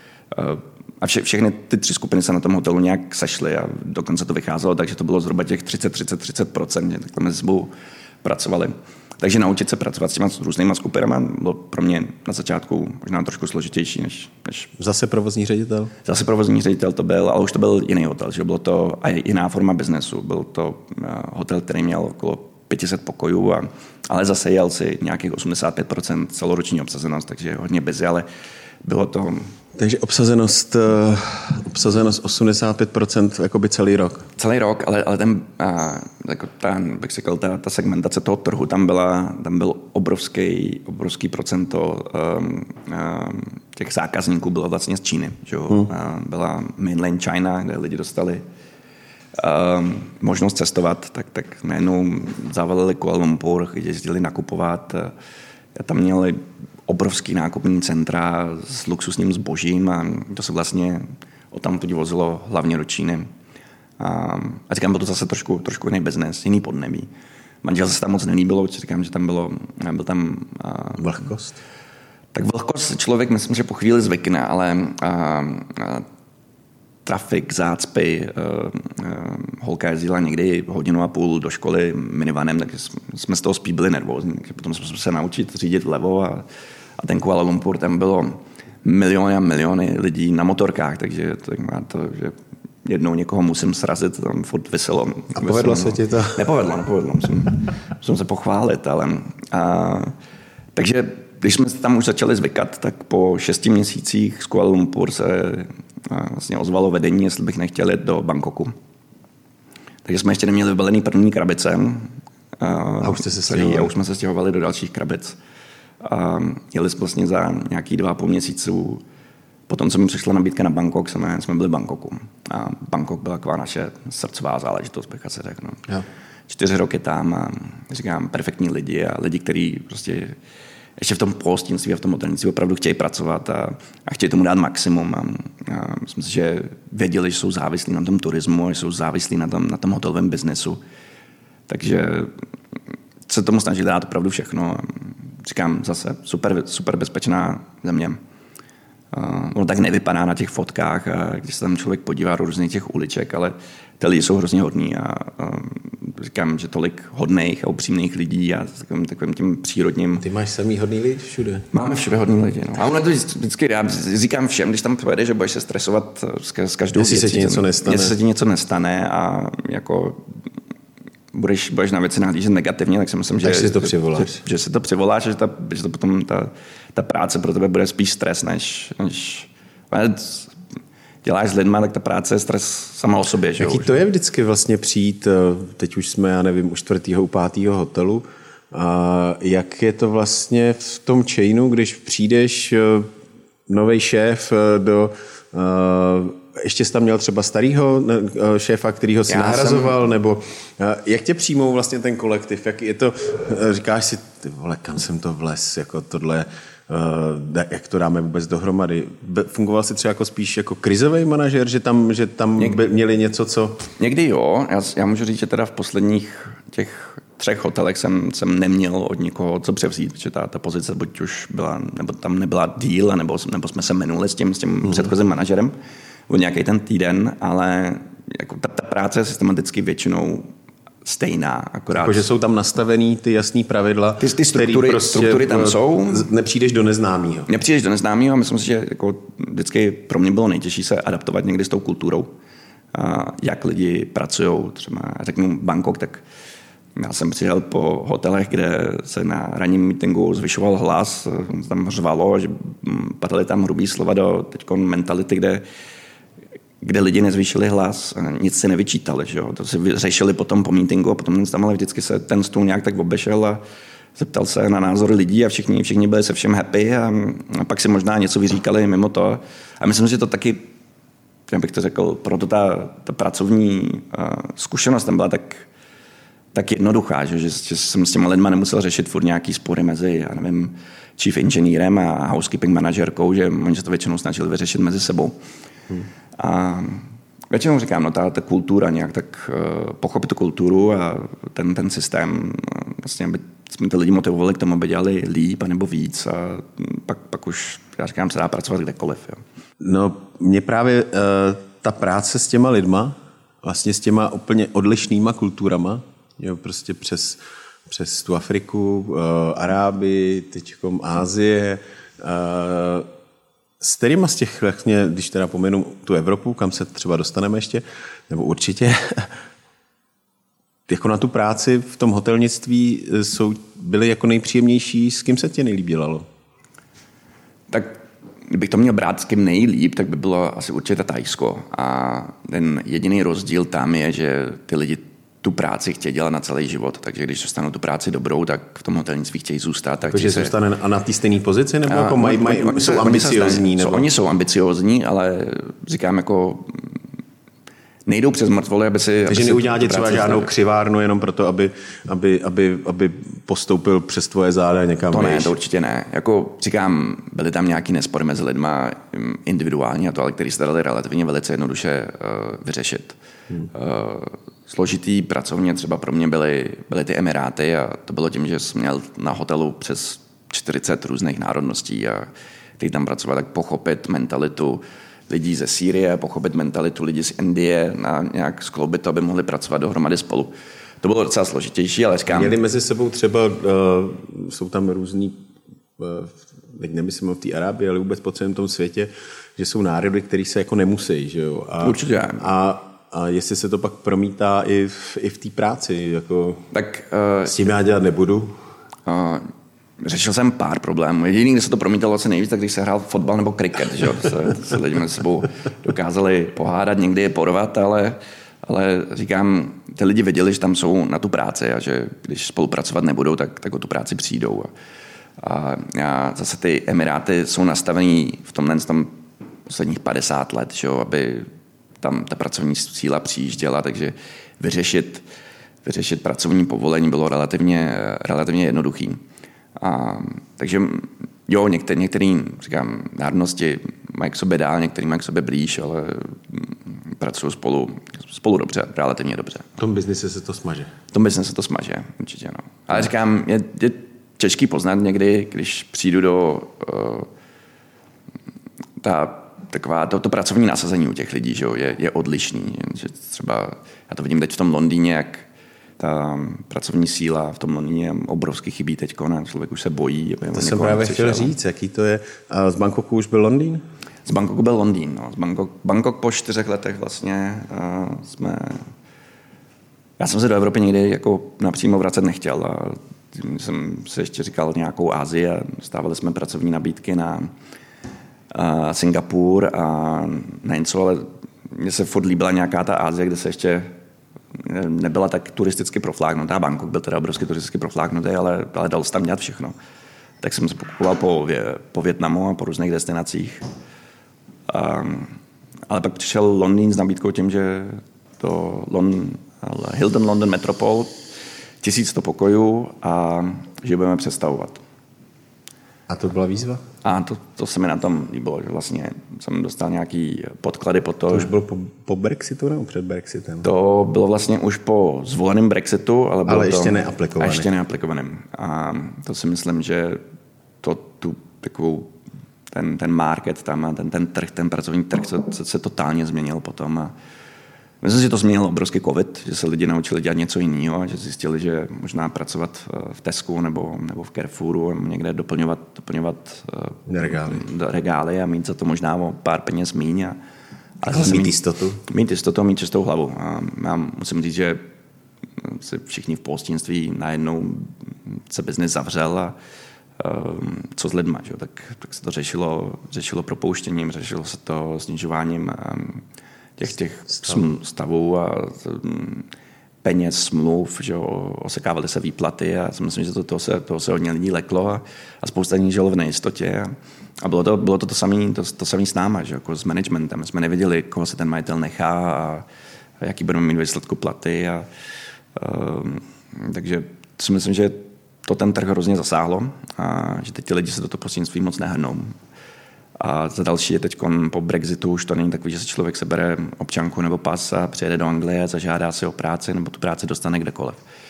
a vše, všechny ty tři skupiny se na tom hotelu nějak sešly a dokonce to vycházelo, takže to bylo zhruba těch třicet třicet třicet procent, že takhle mezi sebou pracovali. Takže naučit se pracovat s těma různýma skupinami bylo pro mě na začátku možná trošku složitější než, než... Zase provozní ředitel? Zase provozní ředitel to byl, ale už to byl jiný hotel, že bylo to a jiná forma biznesu. Byl to hotel, který měl okolo pět set pokojů, a, ale zase jel si nějakých osmdesát pět procent celoroční obsazenost, takže hodně busy, ale bylo to... Takže obsazenost, obsazenost osmdesát pět procent jakoby celý rok. Celý rok, ale, ale ten, a, jako ta, bych řekl, ta, ta segmentace toho trhu, tam, byla, tam byl obrovský, obrovský procento um, um, těch zákazníků bylo vlastně z Číny. Že? Hmm. Byla mainland China, kde lidi dostali um, možnost cestovat, tak, tak najednou zavalili Kuala Lumpur, jezdili nakupovat. A tam měli obrovský nákupní centra s luxusním zbožím a to se vlastně odtamtud vozilo hlavně do Číny. A, a říkám, byl to zase trošku, trošku jiný business, jiný podnebí. Manžel se tam moc nelíbilo, říkám, že tam bylo, byl tam... A, vlhkost? Tak vlhkost člověk, myslím, že po chvíli zvykne, ale a, a, trafik, zácpy, uh, uh, holka jezdila někdy hodinu a půl do školy minivanem, tak jsme z toho spíš byli nervózní. Takže potom jsme se naučit řídit vlevo a, a ten Kuala Lumpur, tam bylo miliony a miliony lidí na motorkách, takže to, to že jednou někoho musím srazit, tam furt vyselo. A povedlo vyselo, se ti to? Nepovedlo, nepovedlo, musím, musím se pochválit, ale... A, takže když jsme se tam už začali zvykat, tak po šesti měsících z Kuala Lumpur se vlastně ozvalo vedení, jestli bych nechtěl jet do Bangkoku. Takže jsme ještě neměli vybalený první krabice. A už jste se stěhovali? A už jsme se stěhovali do dalších krabic. A jeli jsme vlastně za nějaký dva a půl měsíců. Potom, co mi přišla nabídka na Bangkok, jsme, jsme byli v Bangkoku. A Bangkok byla taková naše srdcová záležitost, bych asi řekl. Jo. Čtyři roky tam a říkám, perfektní lidi a lidi, kteří prostě ještě v tom pohostinství a v tom hotelnictví opravdu chtějí pracovat a, a chtějí tomu dát maximum. A, a myslím si, že věděli, že jsou závislí na tom turismu a že jsou závislí na tom, na tom hotelovém biznesu. Takže se tomu snaží dát opravdu všechno. Říkám zase, super, super bezpečná země. Uh, ono tak nevypadá na těch fotkách, a když se tam člověk podívá do různých těch uliček, ale ty lidi jsou hrozně hodní a uh, říkám, že tolik hodných a upřímných lidí a takovým, takovým tím přírodním... Ty máš samý hodný lidi všude? Máme všude hodný lidi, no. A ono to vždycky, já říkám všem, když tam pojede, že budeš se stresovat s každou jestli věcí. Se ti něco nestane. Jestli se ti něco nestane a jako... Budeš, budeš na věci nahlížet negativně, tak si myslím, tak že, si to přivoláš. Že, že si to přivoláš, že, ta, že to potom ta, ta práce pro tebe bude spíš stres, než, než děláš s lidma, tak ta práce je stres sama o sobě. Že Jaký už? To je vždycky vlastně přijít, teď už jsme, já nevím, u čtvrtého, u pátého hotelu, a jak je to vlastně v tom chainu, když přijdeš nový šéf do... Ještě jsi tam měl třeba starýho šéfa, kterýho si nahrazoval, jsem... nebo jak tě přijmou vlastně ten kolektiv? Jak je to, říkáš si, ty vole, kam jsem to vlez, jako tohle, jak to dáme vůbec dohromady? Fungoval jsi třeba jako spíš jako krizový manažer, že tam, že tam Někdy... měli něco, co... Někdy jo, já, já můžu říct, že teda v posledních těch třech hotelech jsem, jsem neměl od nikoho co převzít, protože ta, ta pozice buď už byla, nebo tam nebyla deal, nebo, nebo jsme se minuli s tím, s tím mm. předchozím manažerem o nějaký ten týden, ale jako ta, ta práce je systematicky většinou stejná. Akorát... Jako, že jsou tam nastavený ty jasný pravidla, ty, ty struktury, prostě struktury tam jsou. Nepřijdeš do neznámého. Nepřijdeš do neznámého a myslím si, že jako vždycky pro mě bylo nejtěžší se adaptovat někdy s tou kulturou. A jak lidi pracují, třeba řeknu Bangkok, tak já jsem přijel po hotelech, kde se na ranním meetingu zvyšoval hlas, tam řvalo, že padaly tam hrubý slova do teďko mentality, kde, kde lidi nezvýšili hlas, nic si nevyčítali. Že jo? To si řešili potom po meetingu a potom tam ale vždycky se ten stůl nějak tak obešel a zeptal se na názory lidí a všichni, všichni byli se všem happy a, a pak si možná něco vyříkali mimo to. A myslím, že to taky, jak bych to řekl, proto ta, ta pracovní uh, zkušenost tam byla tak, tak jednoduchá, že, že, že jsem s těma lidma nemusel řešit furt nějaký spory mezi, já nevím, chief engineerem a housekeeping manažerkou, že oni se to většinou snažili vyřešit mezi sebou. Hmm. A většinou říkám, no ta, ta kultura nějak tak uh, pochopit tu kulturu a ten, ten systém, uh, vlastně, aby jsme ty lidi motivovali k tomu, aby dělali líp a nebo víc a pak, pak už, já říkám, se dá pracovat kdekoliv. Jo. No, mě právě uh, ta práce s těma lidma, vlastně s těma úplně odlišnýma kulturama, jo, prostě přes, přes tu Afriku, uh, Arábii, teďkom Ázie, uh, s kterýma z těch, vlastně, když teda pomenu tu Evropu, kam se třeba dostaneme ještě, nebo určitě, jako na tu práci v tom hotelnictví jsou, byly jako nejpříjemnější, s kým se tě nejlíp dělalo? Tak kdybych to měl brát s kým nejlíp, tak by bylo asi určitě Thajsko. A ten jediný rozdíl tam je, že ty lidi tu práci chtějí dělat na celý život, takže když dostanou tu práci dobrou, tak v tom hotelnictví chtějí zůstat. Tak takže se... zůstane a na té stejné pozici, nebo a, jako maj, maj, oni, jsou oni ambiciozní? Nebo... Oni jsou ambiciozní, ale říkám jako nejdou přes mrtvoly, aby si... Takže neuděláte třeba žádnou křivárnu jenom proto, aby, aby, aby, aby postoupil přes tvoje záda někam. To ne, to určitě ne. Jako říkám, byly tam nějaký nespory mezi lidma individuální a to, ale který se dali relativně velice jednoduše uh, vyřešit. Hmm. Uh, složitý pracovně třeba pro mě byly, byly ty Emiráty a to bylo tím, že jsem měl na hotelu přes čtyřicet různých národností a teď tam pracovat, tak pochopit mentalitu lidí ze Sýrie, pochopit mentalitu lidí z Indie, na nějak skloubit to, aby mohli pracovat dohromady spolu. To bylo docela složitější, ale říkám... Měli mezi sebou třeba, uh, jsou tam různý, uh, teď nemyslím o té Arábii, ale vůbec po celém tom světě, že jsou národy, který se jako nemusí, že jo? A, určitě. A, a jestli se to pak promítá i v, i v té práci, jako tak, uh, s tím já dělat nebudu. Uh, Řešil jsem pár problémů. Jediný, kde se to promítalo asi nejvíc, tak když se hrál fotbal nebo kriket, že to se, to se lidi mezi sebou dokázali pohádat, někdy je porvat, ale, ale říkám, ty lidi věděli, že tam jsou na tu práci a že když spolupracovat nebudou, tak, tak o tu práci přijdou. A, a zase ty Emiráty jsou nastavený v tomhle tam posledních padesát let, že aby tam ta pracovní síla přijížděla, takže vyřešit, vyřešit pracovní povolení bylo relativně, relativně jednoduchý. A, takže jo, některý, některý, říkám, národnosti mají k sobě dál, některý mají k sobě blíž, ale pracují spolu, spolu dobře, relativně dobře. V tom biznise se to smaže. V tom biznise se to smaže, určitě, no. Ale říkám, je, je těžký poznat někdy, když přijdu do uh, ta, taková, to, to pracovní nasazení u těch lidí, že jo, je, je odlišný. Že třeba, já to vidím teď v tom Londýně, jak ta pracovní síla v tom Londýně obrovsky chybí teďko, ne? Člověk už se bojí. To jsem právě chtěl říct, jaký to je. A z Bangkoku už byl Londýn? Z Bangkoku byl Londýn. No. Z Bangkok, Bangkok po čtyřech letech vlastně uh, jsme... Já jsem se do Evropy nikdy jako napřímo vracet nechtěl. A jsem si ještě říkal nějakou Asii a dostávali jsme pracovní nabídky na uh, Singapur a na něco, ale mně se furt líbila nějaká ta Asie, kde se ještě nebyla tak turisticky profláknutá. Bangkok byl teda obrovsky turisticky profláknutý, ale, ale dal se tam dělat všechno. Tak jsem se pokupoval po, po Vietnamu a po různých destinacích. Um, ale pak přišel Londýn s nabídkou tím, že to Lon, Hilton London Metropole, tisíc sto pokojů a že budeme přestavovat. A to byla výzva? A to, to se mi na tom líbilo, že vlastně jsem dostal nějaký podklady po to. To už bylo po, po Brexitu nebo před Brexitem? To bylo vlastně už po zvoleném Brexitu, ale, bylo ale ještě to, neaplikovaným. A ještě neaplikovaným. A to si myslím, že to tu takovou ten, ten market tam a ten, ten trh, ten pracovní trh se, se, se totálně změnil potom. A myslím, že to změnil obrovský covid, že se lidi naučili dělat něco jiného a že zjistili, že možná pracovat v Tesku nebo, nebo v Carrefouru a někde doplňovat, doplňovat regály. regály a mít za to možná o pár peněz míň. A, a mít jistotu. Mít jistotu a mít čistou hlavu. A já musím říct, že si všichni v pohostinství najednou se biznis zavřel a um, co s lidma, že? Tak, tak se to řešilo, řešilo propouštěním, řešilo se to snižováním um, těch, těch Stav. stavů a um, peněz, smluv, že osekávaly se výplaty a myslím, že to, toho, se, toho se hodně lidí leklo a, a spousta lidí žilo v nejistotě. A, a bylo to, bylo to to samé to, to samý s náma, že jako s managementem. My jsme nevěděli, koho se ten majitel nechá a, a jaký budeme mít výsledku platy. A, a, takže si myslím, že to ten trh hrozně zasáhlo a že teď ty lidi se do toho pohostinství moc nehrnou. A za další je teď po Brexitu už to není takový, že si člověk sebere občanku nebo pas a přijede do Anglie, zažádá si o práci nebo tu práci dostane kdekoliv.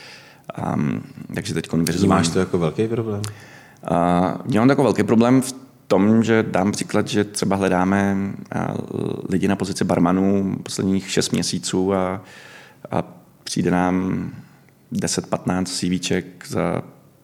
Um, takže teď vyřizujeme. Máš to jako velký problém? Uh, Dělám takový velký problém v tom, že dám příklad, že třeba hledáme lidi na pozici barmanů posledních šest měsíců a, a přijde nám deset patnáct CVček za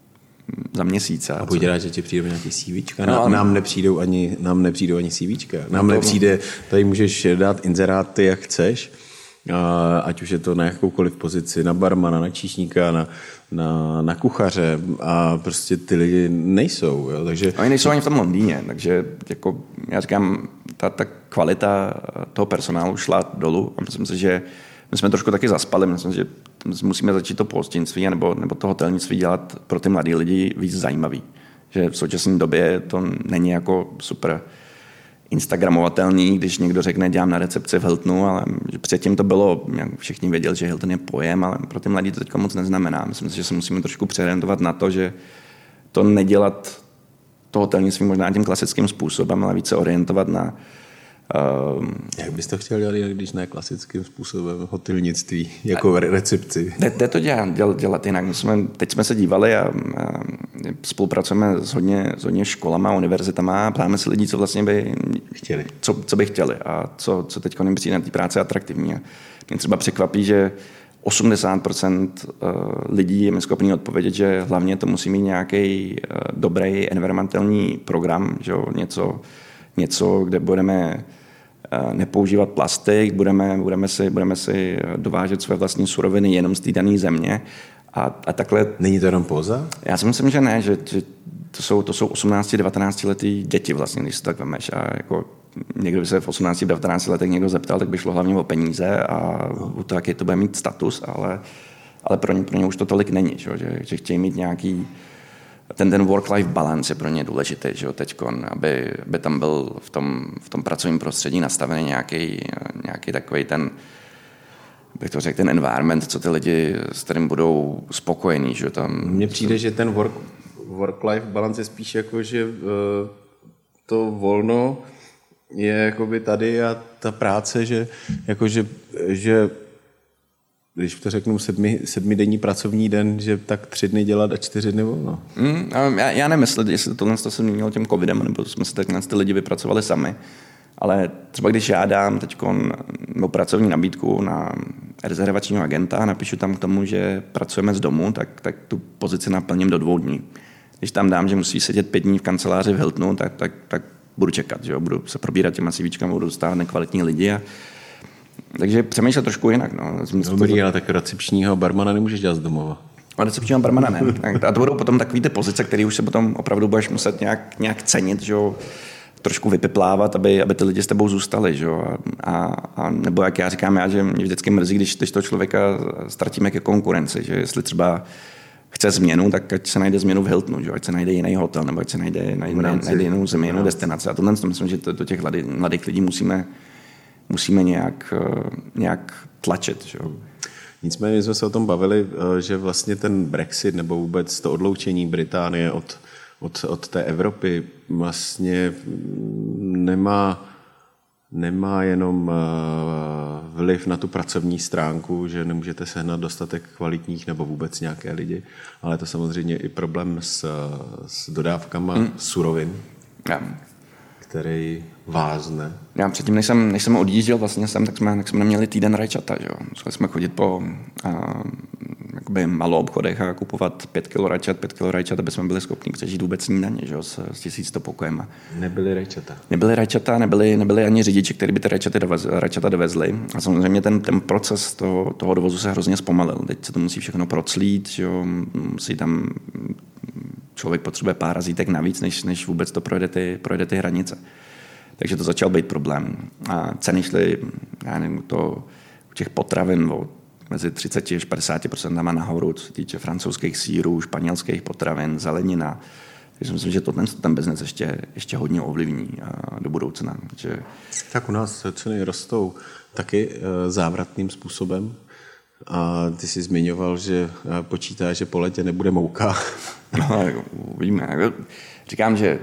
za měsíc. A buď rád, že ti přijdou nějaký CVčka. No, nám, nepřijdou ani, nám nepřijdou ani CVčka. Nám no, nepřijde, tady můžeš dát inzeráty, jak chceš, ať už je to na jakoukoliv pozici, na barmana, na číšníka, na, na, na kuchaře a prostě ty lidi nejsou. Jo? Takže... Oni nejsou ani v tom Londýně, takže jako já říkám, ta, ta kvalita toho personálu šla dolů a myslím si, že my jsme trošku taky zaspali, myslím, že musíme začít to pohostinství nebo, nebo to hotelnictví dělat pro ty mladý lidi víc zajímavý. Že v současné době to není jako super instagramovatelný, když někdo řekne, dělám na recepci v Hiltonu, ale předtím to bylo, všichni věděli, že Hilton je pojem, ale pro ty mladí to teďka moc neznamená. Myslím si, že se musíme trošku přeorientovat na to, že to nedělat to hotelnictví možná tím klasickým způsobem, ale více orientovat na Um, Jak bys to chtěl dělat, když ne klasickým způsobem hotelnictví, jako recepci? Jde to dělat, dělat jinak. My jsme, teď jsme se dívali a, a spolupracujeme s hodně, s hodně školama, univerzitama a ptáme se lidí, co vlastně by chtěli, co, co by chtěli a co, co teď jim přijde na té práci atraktivní. A mě třeba překvapí, že osmdesát procent lidí je mi schopný odpovědět, že hlavně to musí mít nějaký dobrý environmentální program, že něco, něco, kde budeme nepoužívat plastik, budeme, budeme, si, budeme si dovážet své vlastní suroviny jenom z té dané země. A, a takhle... Není to jenom póza? Já si myslím, že ne, že, že to jsou, to jsou osmnáct devatenáct letý děti vlastně, když si tak vemeš. A jako někdo by se v osmnácti devatenácti letech někdo zeptal, tak by šlo hlavně o peníze a o to, jaký to bude mít status, ale, ale pro ně, pro ně už to tolik není, že, že chtějí mít nějaký ten, ten work-life balance je pro ně důležitý, že jo, teďkon, aby, aby tam byl v tom, v tom pracovním prostředí nastavený nějaký, nějaký takový ten, bych to řekl, ten environment, co ty lidi, s kterým budou spokojení, že tam... Mně přijde, že ten work, work-life balance je spíš jako, že uh, to volno je jakoby tady a ta práce, že, jako že, že když to řeknu sedmi, sedmidenní pracovní den, že tak tři dny dělat a čtyři dny volno. Mm, já, já nemyslím, jestli tohle to se měnilo tím covidem, nebo jsme se takhle ty lidi vypracovali sami. Ale třeba když já dám teď pracovní nabídku na rezervačního agenta a napíšu tam k tomu, že pracujeme z domu, tak, tak tu pozici naplním do dvou dní. Když tam dám, že musí sedět pět dní v kanceláři v Hiltonu, tak, tak, tak budu čekat, že jo? Budu se probírat těma CVčkama, budu dostávat nekvalitní lidi a takže přemýšlet trošku jinak. No. Dobrý, to... ale tak recepčního barmana nemůžeš dělat z domova. A recepčního barmana ne. A to budou potom takové ty pozice, které už se potom opravdu budeš muset nějak, nějak cenit, že jo? Trošku vypiplávat, aby, aby ty lidi s tebou zůstali. Že jo? A, a, nebo jak já říkám, já, že mě vždycky mrzí, když, když toho člověka ztratíme ke konkurenci. Že jestli třeba chce změnu, tak ať se najde změnu v Hiltonu, že? Ať se najde jiný hotel, nebo ať se najde, najde, najde jinou zemi, jinou destinaci. A tohle myslím, že to, to těch mladých, mladých lidí musíme musíme nějak, nějak tlačit. Že? Nicméně jsme se o tom bavili, že vlastně ten Brexit nebo vůbec to odloučení Británie od, od, od té Evropy vlastně nemá, nemá jenom vliv na tu pracovní stránku, že nemůžete sehnat dostatek kvalitních nebo vůbec nějaké lidi, ale to samozřejmě i problém s, s dodávkama hmm. surovin. Ja. Který vázne. Já předtím, než jsem, než jsem odjížděl vlastně sem, tak jsme, tak jsme neměli týden rajčata, že jo. Museli jsme chodit po, a, v malou obchodech a kupovat pět kilo rajčat, pět kilo rajčat, aby jsme byli schopni přežít vůbec snídaně, že jo, s, s tisíc sto pokojem. Nebyly rajčata. Nebyly rajčata, nebyly, nebyly ani řidiči, kteří by ty rajčata, dovez, rajčata dovezli. A samozřejmě ten, ten proces toho, toho dovozu se hrozně zpomalil. Teď se to musí všechno proclít, že jo, musí tam člověk potřebuje pár razítek navíc, než, než vůbec to projde ty, projde ty hranice. Takže to začal být problém. A ceny šly, já nevím, to, u těch potravin o mezi třicet až padesát procent nahoru, co se týče francouzských sýrů, španělských potravin, zelenina. Takže myslím, že tohle ten biznes ještě, ještě hodně ovlivní do budoucna. Že... Tak u nás ceny rostou taky závratným způsobem. A ty jsi zmiňoval, že počítá, že po letě nebude mouka. No, uvidíme. Říkám, že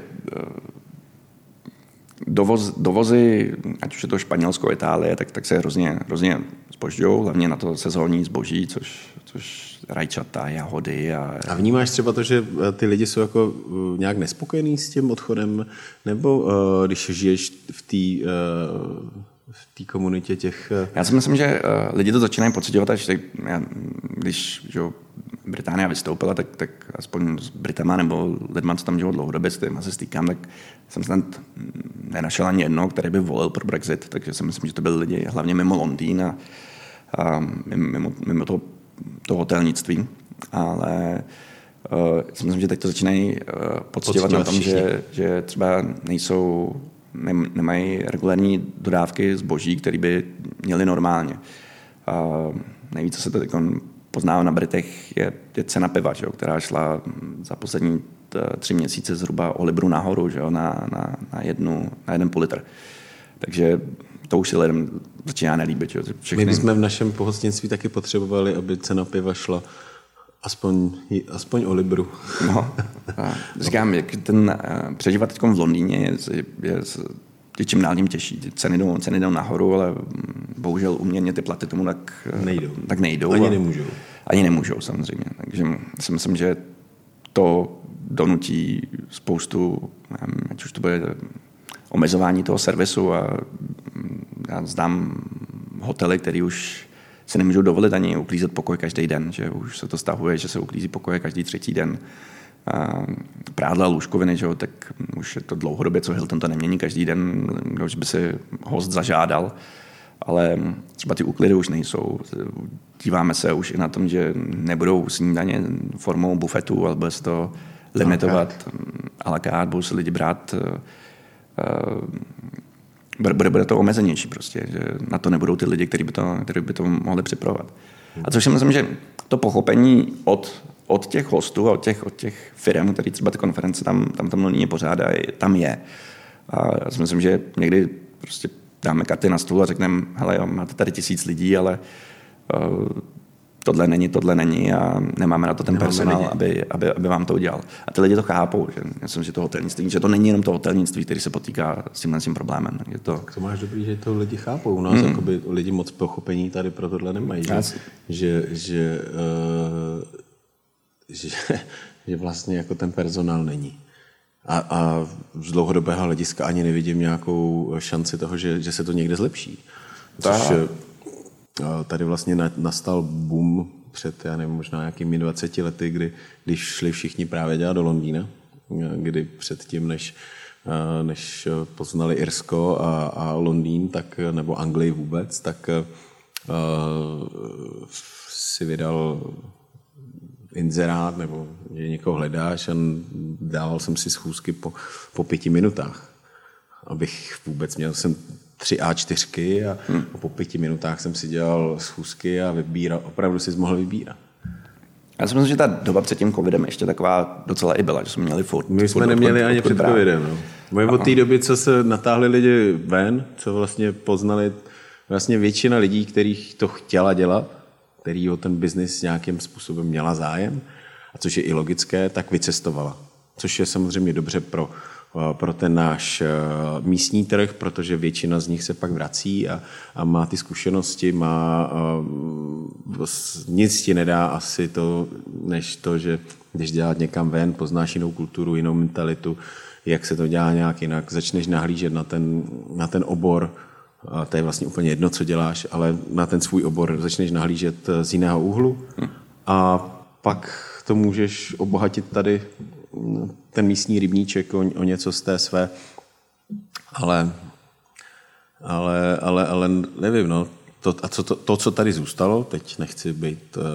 dovoz, dovozy, ať už je to Španělsko, Itálie, tak, tak se hrozně, hrozně zpožďují, hlavně na to sezónní zboží, což, což rajčata, jahody. A... a vnímáš třeba to, že ty lidi jsou jako nějak nespokojení s tím odchodem, nebo uh, když žiješ v té uh, v té komunitě těch... Já si myslím, že uh, lidi to začínají pociťovat, až tak, já, když že, Británie vystoupila, tak, tak aspoň s Britama nebo lidma, co tam žijou dlouhodobě, s kterýma se stýkám, tak jsem snad nenašel ani jednoho, který by volil pro Brexit, takže si myslím, že to byli lidi hlavně mimo Londýn a, a mimo, mimo to, to hotelnictví, ale uh, si myslím, že teď to začínají uh, pocitovat na tom, že, že třeba nejsou nemají regulární dodávky zboží, které by měly normálně. Uh, nejvíc, co se to poznává na Britech, je, je cena piva, že jo, která šla za poslední t, tři měsíce zhruba o libru nahoru, že jo, na, na, na, jednu, na jeden půl litr. Takže to už si lidem začíná nelíbit. Že jo. Všechny... My jsme v našem pohostinství taky potřebovali, aby cena piva šla aspoň, aspoň o libru. No, říkám, jak ten přežívat teď v Londýně je, je, je čím dál tím těžší. Ceny jdou, ceny jdou nahoru, ale bohužel uměrně ty platy tomu tak nejdou. Tak nejdou ani nemůžou. Ani nemůžou, samozřejmě. Takže si myslím, že to donutí spoustu, ať už to bude omezování toho servisu a já znám hotely, které už se nemůžou dovolit ani uklízet pokoj každý den, že už se to stahuje, že se uklízí pokoje každý třetí den. A prádla, lůžkoviny, že jo, tak už je to dlouhodobě, co Hilton to nemění každý den, když by si host zažádal, ale třeba ty úklidy už nejsou. Díváme se už i na tom, že nebudou snídaně formou bufetu, ale bude se to limitovat à la carte, budou se lidi brát uh, Bude, bude to omezenější prostě, že na to nebudou ty lidi, kteří by to, kteří by to mohli připravovat. A což si myslím, že to pochopení od, od těch hostů a od těch, od těch firm, který třeba ty konference tam, tam, tam Londýně pořádají, tam je. A já si myslím, že někdy prostě dáme karty na stůl a řekneme, hele jo, máte tady tisíc lidí, ale uh, tohle není, tohle není a nemáme na to ten personál, aby, aby, aby vám to udělal. A ty lidi to chápou, že já myslím, že to hotelnictví, že to není jenom to hotelnictví, který se potýká s tímhle tím problémem. Je to... Tak to máš dobrý, že to lidi chápou. U nás hmm. jakoby, lidi moc pochopení tady pro tohle nemají. Že, že, že, uh, že, že vlastně jako ten personál není. A, a z dlouhodobého hlediska ani nevidím nějakou šanci toho, že, že se to někde zlepší. Což, tady vlastně nastal boom před, já nevím, možná nějakými dvaceti lety, kdy, když šli všichni právě dělat do Londýna, kdy předtím, než, než poznali Irsko a, a Londýn, tak, nebo Anglii vůbec, tak uh, si vydal inzerát, nebo že někoho hledáš a dával jsem si schůzky po, po pěti minutách, abych vůbec měl jsem tři á čtyřky a, hmm. a po pěti minutách jsem si dělal schůzky a vybíral, opravdu si mohl vybírat. Já si myslím, že ta doba před tím covidem ještě taková docela i byla, že jsme měli furt. My jsme furt neměli ani před brát. covidem. No. My od té doby, co se natáhli lidi ven, co vlastně poznali, vlastně většina lidí, kterých to chtěla dělat, který o ten biznis nějakým způsobem měla zájem, a což je i logické, tak vycestovala. Což je samozřejmě dobře pro pro ten náš místní trh, protože většina z nich se pak vrací a, a má ty zkušenosti, má uh, nic ti nedá asi to, než to, že když dělat někam ven, poznáš jinou kulturu, jinou mentalitu, jak se to dělá nějak jinak, začneš nahlížet na ten, na ten obor, a to je vlastně úplně jedno, co děláš, ale na ten svůj obor začneš nahlížet z jiného úhlu a pak to můžeš obohatit tady ten místní rybníček o, o něco z té své, ale, ale, ale, ale nevím, no. To, a co, to, to, co tady zůstalo, teď nechci být uh,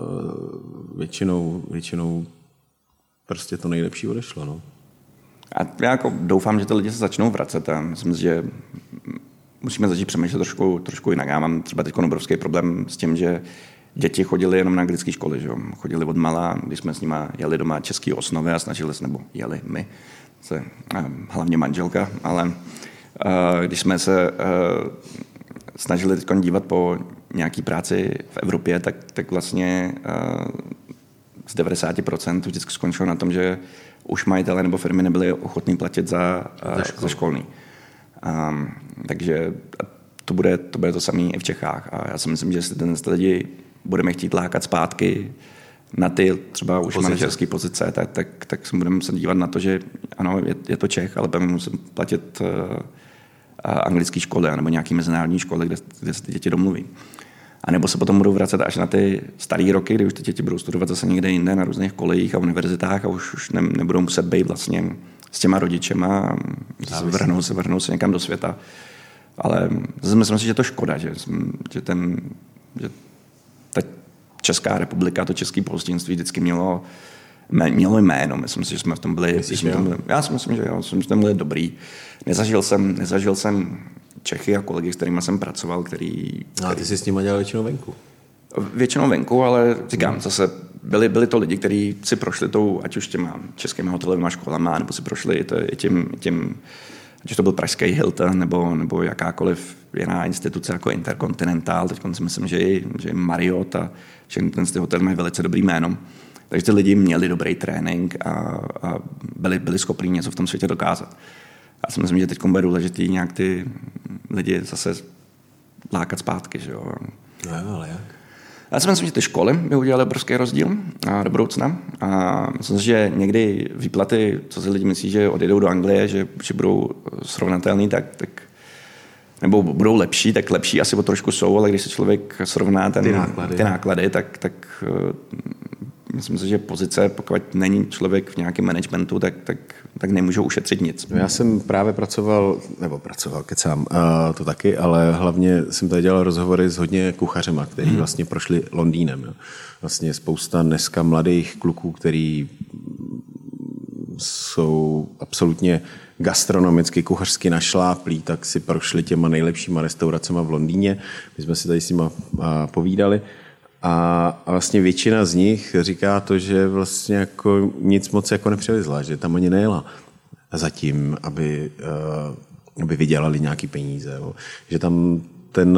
většinou, většinou prostě to nejlepší odešlo, no. A já jako doufám, že ty lidi se začnou vracet a myslím, že musíme začít přemýšlet trošku, trošku jinak. Já mám třeba teď obrovský problém s tím, že děti chodili jenom na anglické školy, že jo? Chodili od malá, když jsme s nimi jeli doma český osnovy a snažili se, nebo jeli my, se, hlavně manželka, ale uh, když jsme se uh, snažili teď dívat po nějaký práci v Evropě, tak, tak vlastně uh, z devadesát procent vždycky skončilo na tom, že už majitelé nebo firmy nebyly ochotní platit za, uh, za školní. Um, takže to bude, to bude to samé i v Čechách. A já si myslím, že jestli ten lidi budeme chtít lákat zpátky na ty třeba už manažerské pozice, tak, tak, tak se budeme muset dívat na to, že ano, je, je to Čech, ale budeme muset platit uh, anglické školy nebo nějaké mezinárodní školy, kde, kde se ty děti domluví. A nebo se potom budou vracet až na ty staré roky, kdy už ty děti budou studovat zase někde jinde na různých kolejích a univerzitách a už, už ne, nebudou muset být vlastně s těma rodičema a vrhnou se, vrhnou se někam do světa. Ale myslím si, že to škoda, že, že, ten, že ta Česká republika, to české pohostinství vždycky mělo, mělo jméno. Myslím si, že jsme v tom byli... Myslíš, jsme v tom byli já si myslím, že jo, jsme v tom byli dobrý. Nezažil jsem, nezažil jsem Čechy a kolegy, s kterými jsem pracoval, který... který... A ty jsi s nimi dělal většinou venku? Většinou venku, ale říkám, zase byli, byli to lidi, kteří si prošli tou, ať už těma českými hotelovými školama, nebo si prošli i tím, tím ať už to byl pražský Hilton, nebo, nebo jakákoliv jiná instituce jako Intercontinental, teď si myslím, že i, že i Marriott a všechny ty hotely mají velice dobrý jméno. Takže ty lidi měli dobrý trénink a, a byli, byli schopni něco v tom světě dokázat. Já si myslím, že teď bude důležitý nějak ty lidi zase lákat zpátky. Že jo? No, ale jak? Já si myslím, že ty školy by udělaly obrovský rozdíl do budoucna. A myslím si, že někdy výplaty, co si lidi myslí, že odjedou do Anglie, že, že budou srovnatelný, tak, tak nebo budou lepší, tak lepší asi o trošku jsou, ale když se člověk srovná ten, ty náklady, ty náklady tak, tak myslím si, že pozice, pokud není člověk v nějakém managementu, tak, tak, tak nemůžou ušetřit nic. No já jsem právě pracoval, nebo pracoval, kecám, a to taky, ale hlavně jsem tady dělal rozhovory s hodně kuchařema, kteří hmm. vlastně prošli Londýnem. Jo. Vlastně spousta dneska mladých kluků, který jsou absolutně gastronomicky, kuchařsky našláplí, tak si prošli těma nejlepšíma restauracema v Londýně. My jsme si tady s nima povídali. A vlastně většina z nich říká to, že vlastně jako nic moc jako nepřevezla, že tam ani nejela zatím, aby, aby vydělali nějaký peníze. Jo. Že tam ten,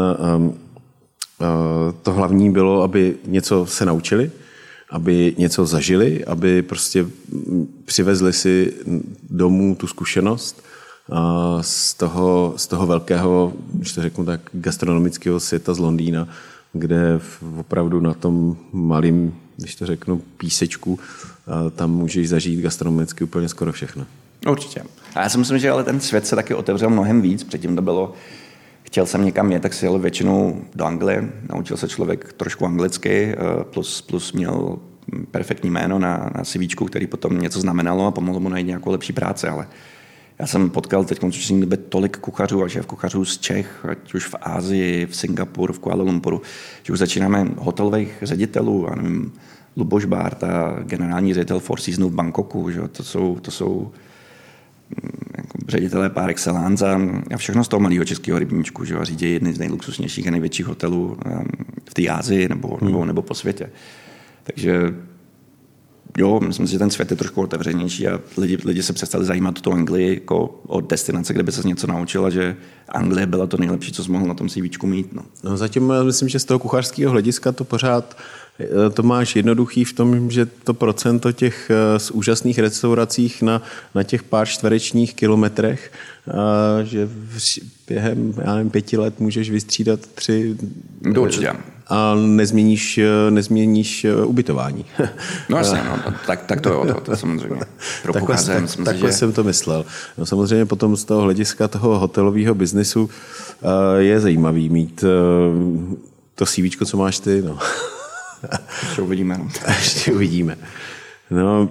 to hlavní bylo, aby něco se naučili, aby něco zažili, aby prostě přivezli si domů tu zkušenost z toho, z toho velkého, když to řeknu tak, gastronomického světa z Londýna, kde opravdu na tom malým, když to řeknu, písečku, tam můžeš zažít gastronomicky úplně skoro všechno. Určitě. A já si myslím, že ale ten svět se taky otevřel mnohem víc. Předtím to bylo, chtěl jsem někam jet, tak si jel většinou do Anglie. Naučil se člověk trošku anglicky, plus, plus měl perfektní jméno na, na CVčku, který potom něco znamenalo a pomohlo mu najít nějakou lepší práci, ale já jsem potkal teď v současné době tolik kuchařů a šéf kuchařů z Čech, ať už v Asii, v Singapuru, v Kuala Lumpuru, že už začínáme hotelových ředitelů, a nevím, Luboš Bárta, generální ředitel Four Seasons v Bangkoku, že? To jsou, to jsou jako ředitelé par excellence a všechno z toho malého českého rybníčku, že? A řídí jedny z nejluxusnějších a největších hotelů v té Asii nebo, nebo, hmm. nebo po světě. Takže jo, myslím si, že ten svět je trošku otevřenější a lidi, lidi se přestali zajímat o tu Anglii jako o destinace, kde by se něco naučil a že Anglie byla to nejlepší, co jsi mohl na tom CVčku mít. No. No, zatím myslím, že z toho kuchařského hlediska to pořád to máš jednoduchý v tom, že to procento těch z úžasných restauracích na, na těch pár čtverečních kilometrech, a že během já nevím, pěti let můžeš vystřídat tři Určitě. A nezměníš, nezměníš ubytování. No jasně, no, tak, tak to jo, to, to samozřejmě. Pro takhle kuchaře, tak, takhle že... jsem to myslel. No, samozřejmě potom z toho hlediska toho hotelového biznesu je zajímavý mít to CVčko, co máš ty, no. Ještě uvidíme. No. Ještě uvidíme. No,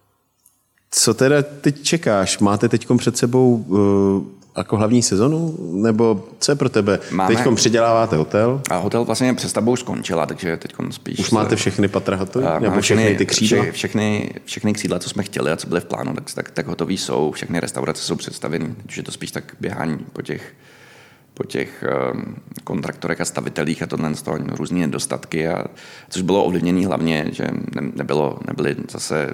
co teda teď čekáš? Máte teď před sebou uh, jako hlavní sezonu? Nebo co je pro tebe? Máme... Teď předěláváte hotel? A hotel vlastně přestavbou skončila, takže teď spíš... Už máte všechny patra hotové? Nebo všechny, všechny ty křídla? Vše, všechny, všechny křídla, co jsme chtěli a co byly v plánu, tak, tak, tak hotový jsou. Všechny restaurace jsou představeny, takže je to spíš tak běhání po těch, po těch um, kontraktorech a stavitelích a tohle z toho různý nedostatky, a, což bylo ovlivněné hlavně, že ne, nebylo, nebyly zase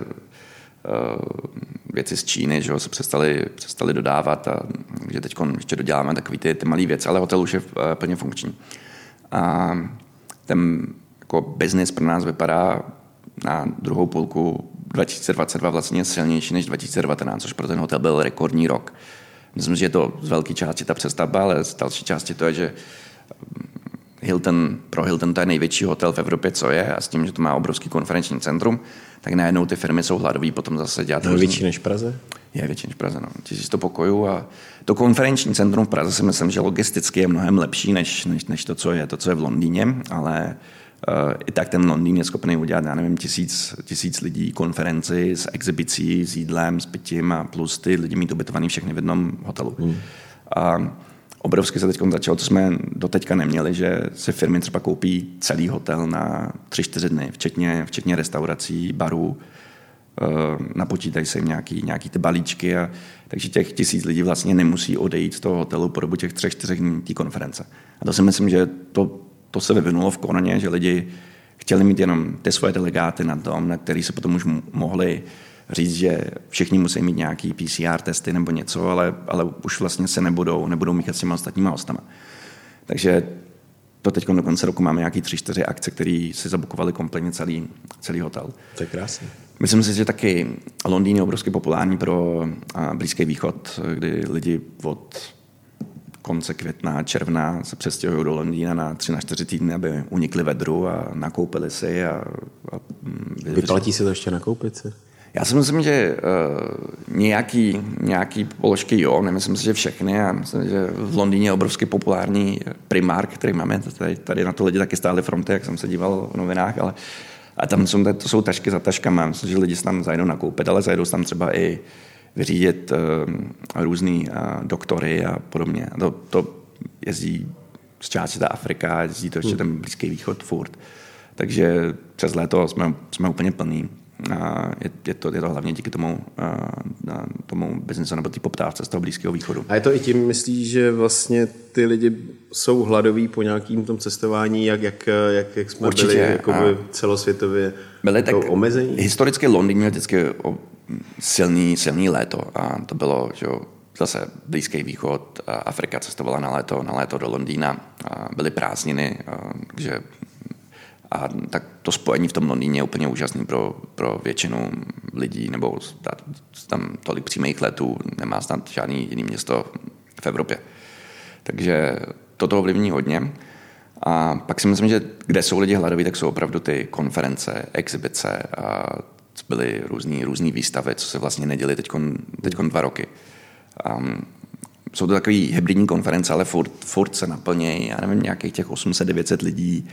věci z Číny, že se přestali, přestali dodávat, a že teď ještě doděláme takový ty, ty malé věci, ale hotel už je plně funkční. A ten jako business pro nás vypadá na druhou půlku dva tisíce dvacet dva vlastně silnější než dva tisíce devatenáct, což pro ten hotel byl rekordní rok. Myslím, že je to z velké části ta přestavba, ale z další části to je, že Hilton, pro Hilton to je největší hotel v Evropě, co je, a s tím, že to má obrovský konferenční centrum, tak najednou ty firmy jsou hladový potom zase dělat. Je větší než v Praze? Je větší než v Praze, no. tisíc sto pokojů, a to konferenční centrum v Praze si myslím, že logisticky je mnohem lepší než, než, než to, co je, to, co je v Londýně, ale uh, i tak ten Londýn je schopný udělat, já nevím, tisíc, tisíc lidí, konferenci s exibicí, s jídlem, s pitím, a plus ty lidi mít ubytovaný všechny v jednom hotelu. Hmm. A obrovsky se teď začalo, co jsme doteďka neměli, že si firmy třeba koupí celý hotel na tři, čtyři dny, včetně, včetně restaurací, barů, napočítají se jim nějaký, nějaký ty balíčky, a takže těch tisíc lidí vlastně nemusí odejít z toho hotelu po dobu těch třech, čtyřech dní té konference. A to si myslím, že to, to se vyvinulo v koroně, že lidi chtěli mít jenom ty svoje delegáty na tom, na který se potom už mohli říct, že všichni musí mít nějaký P C R testy nebo něco, ale, ale už vlastně se nebudou, nebudou míchat s těma ostatníma hostama. Takže to teď do konce roku máme nějaký tři, čtyři akce, které si zabukovali kompletně celý, celý hotel. To je krásné. Myslím si, že taky Londýn je obrovsky populární pro Blízký východ, kdy lidi od konce května, června se přestěhují do Londýna na tři, na čtyři týdny, aby unikli vedru a nakoupili si. A, a Vyplatí se to ještě nakoupit si? Já si myslím, že uh, nějaký, nějaký položky jo, nemyslím si, že všechny. Já myslím, že v Londýně je obrovsky populární Primark, který máme. Tady, tady na to lidi taky stály fronty, jak jsem se díval v novinách, ale a tam jsou, to jsou tašky za taškama. Myslím, že lidi se tam zajdou nakoupit, ale zajdou se tam třeba i vyřídit uh, různý uh, doktory a podobně. To, to jezdí z části ta Afrika, jezdí to ještě hmm. ten Blízký východ furt. Takže přes léto jsme, jsme úplně plný. Je, je, to, je to hlavně díky tomu, tomu biznesu nebo té poptávce z toho Blízkého východu. A je to i tím, myslíš, že vlastně ty lidi jsou hladoví po nějakým tom cestování, jak, jak, jak, jak jsme Určitě, byli jakoby celosvětově byli tak omezení? Historicky Londýn měl vždycky silný, silný léto, a to bylo, že zase Blízký východ, Afrika cestovala na léto, na léto do Londýna, byly prázdniny, takže a tak to spojení v tom Londýně je úplně úžasný pro, pro většinu lidí, nebo tam tolik přímých letů nemá snad žádný jiný město v Evropě. Takže toto ovlivní hodně. A pak si myslím, že kde jsou lidi hladoví, tak jsou opravdu ty konference, exibice, a byly různý, různý výstavy, co se vlastně neděli teďkon, teďkon dva roky. Um, jsou to takový hybridní konference, ale furt, furt se naplnějí, já nevím, nějakých těch osm set devět set lidí.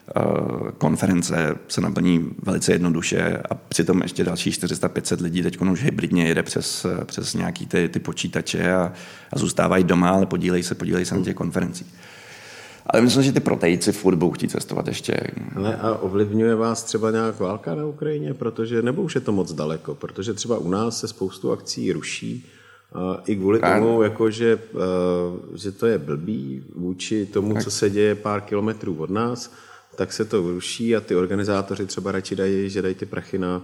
Konference se naplní velice jednoduše, a přitom ještě další čtyři sta pět set lidí teď už hybridně jede přes, přes nějaký ty, ty počítače a, a zůstávají doma, ale podílejí se, podílejí se na těch konferencích. Ale myslím, že ty protejci furt budou chtít cestovat ještě. Ale a ovlivňuje vás třeba nějak válka na Ukrajině? Protože, nebo už je to moc daleko? Protože třeba u nás se spoustu akcí ruší, i kvůli tomu, jako, že, že to je blbý vůči tomu, co se děje pár kilometrů od nás, tak se to ruší a ty organizátoři třeba radši dají, že dají ty prachy na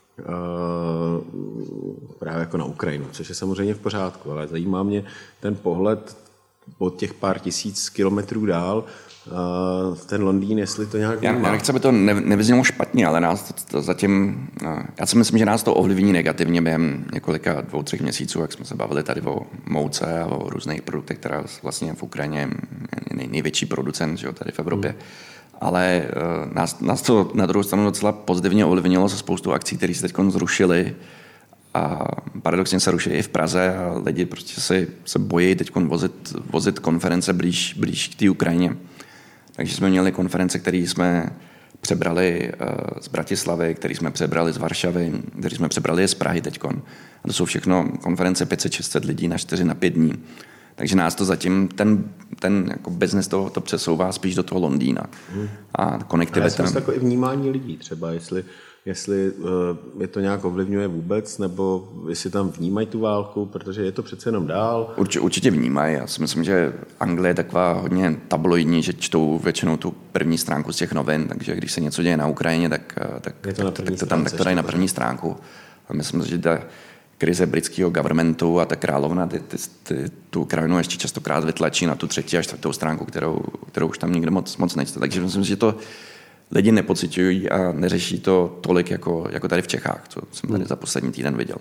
uh, právě jako na Ukrajinu, což je samozřejmě v pořádku, ale zajímá mě ten pohled od těch pár tisíc kilometrů dál, uh, ten Londýn, jestli to nějak... Já, já nechci, aby to ne, nevyznělo špatně, ale nás to, to zatím... No, já si myslím, že nás to ovlivní negativně během několika dvou, třech měsíců, jak jsme se bavili tady o mouce a o různých produktech, která vlastně v Ukrajině je nej, největší producent, že jo, tady v Evropě. Hmm. Ale uh, nás, nás to na druhou stranu docela pozitivně ovlivnilo se spoustu akcí, které se teď zrušily. A paradoxně se ruší i v Praze a lidi prostě se, se bojí teď vozit, vozit konference blíž, blíž k té Ukrajině. Takže jsme měli konference, které jsme přebrali z Bratislavy, který jsme přebrali z Varšavy, který jsme přebrali z Prahy teďkon. A to jsou všechno konference pět set šest set lidí na čtyři na pět dní. Takže nás to zatím, ten, ten jako business to, to přesouvá spíš do toho Londýna. Hmm. A konektivita. A já jako i vnímání lidí třeba, jestli, jestli uh, je to nějak ovlivňuje vůbec, nebo jestli tam vnímají tu válku, protože je to přece jenom dál. Určitě, určitě vnímají. Já si myslím, že Anglie je taková hodně tabloidní, že čtou většinou tu první stránku z těch novin, takže když se něco děje na Ukrajině, tak, tak, tak, to, tak to tam tak to dají na první stránku. A myslím, že ta krize britského governmentu a ta královna ty, ty, ty, tu Ukrajinu ještě častokrát vytlačí na tu třetí a čtvrtou stránku, kterou, kterou už tam nikdo moc, moc nečte. Takže myslím, že to lidi nepociťují a neřeší to tolik jako, jako tady v Čechách, co jsem tady za poslední týden viděl.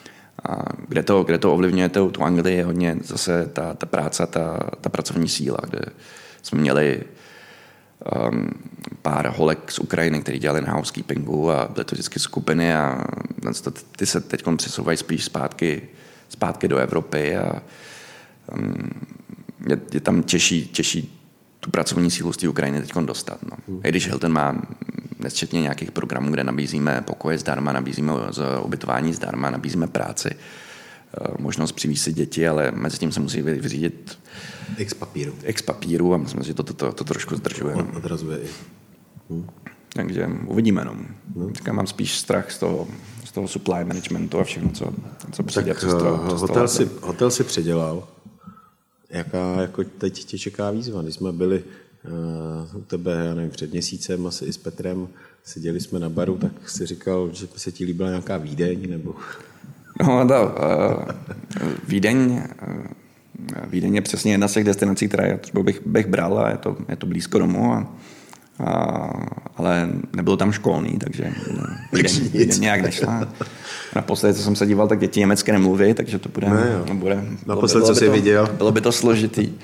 A kde, to, kde to ovlivňuje tu, tu Anglii je hodně zase ta, ta práce, ta, ta pracovní síla, kde jsme měli um, pár holek z Ukrajiny, kteří dělali na housekeepingu a byly to vždycky skupiny a ty se teď přesouvají spíš zpátky, zpátky do Evropy a um, je, je tam těžší, těžší tu pracovní sílu z té Ukrajiny teď dostat. No. Hmm. I když Hilton má nesčetně nějakých programů, kde nabízíme pokoje zdarma, nabízíme ubytování zdarma, nabízíme práci, možnost přivízt si děti, ale mezi tím se musí vyřídit X papíru. X papíru a myslím, že to, to, to, to trošku zdržuje. No. Odrazuje i. Hmm. Takže uvidíme. No. Hmm. Tak mám spíš strach z toho, z toho supply managementu a všechno, co, co přijde přes to. Hotel si, hotel si předělal. Jaká jako teď tě čeká výzva? Když jsme byli uh, u tebe, já nevím, před měsícem asi i s Petrem, seděli jsme na baru, tak si říkal, že se ti líbila nějaká Vídeň, nebo... No, to, uh, Vídeň, uh, Vídeň je přesně jedna z těch destinací, která já bych, bych bral a je to, je to blízko domů, a, a, ale nebylo tam školný, takže Vídeň, Vídeň nějak nešla. Naposledy, co jsem se díval, tak děti německy nemluví, takže to bude... Ne, no, bude Naposledy, co jsi viděl? Bylo by to složitý.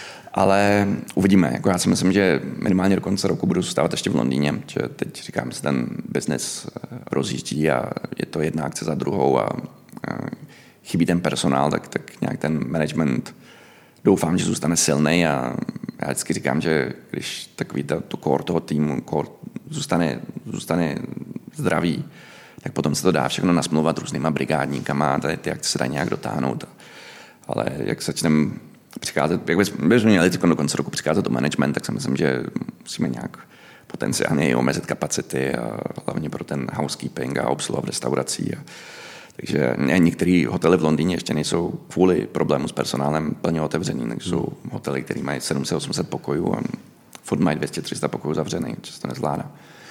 Ale uvidíme. Jako já si myslím, že minimálně do konce roku budu zůstávat ještě v Londýně, že teď říkám, že ten business rozjíždí a je to jedna akce za druhou a, a chybí ten personál, tak, tak nějak ten management doufám, že zůstane silný a já vždycky říkám, že když takový ta, to core toho týmu core zůstane, zůstane zdravý, tak potom se to dá všechno nasmluvat různýma brigádníkama a tady ty akce se dají nějak dotáhnout. Ale jak začneme přicházet, jak bychom měli do konce roku přicházet do management, tak si myslím, že musíme nějak potenciálně omezit kapacity a hlavně pro ten housekeeping a obsluha v restaurací. A, takže některé hotely v Londýně ještě nejsou kvůli problému s personálem plně otevřený, takže jsou hotely, které mají sedm set osm set pokojů a furt mají dvě stě tři sta pokojů zavřený, což to nezvládá.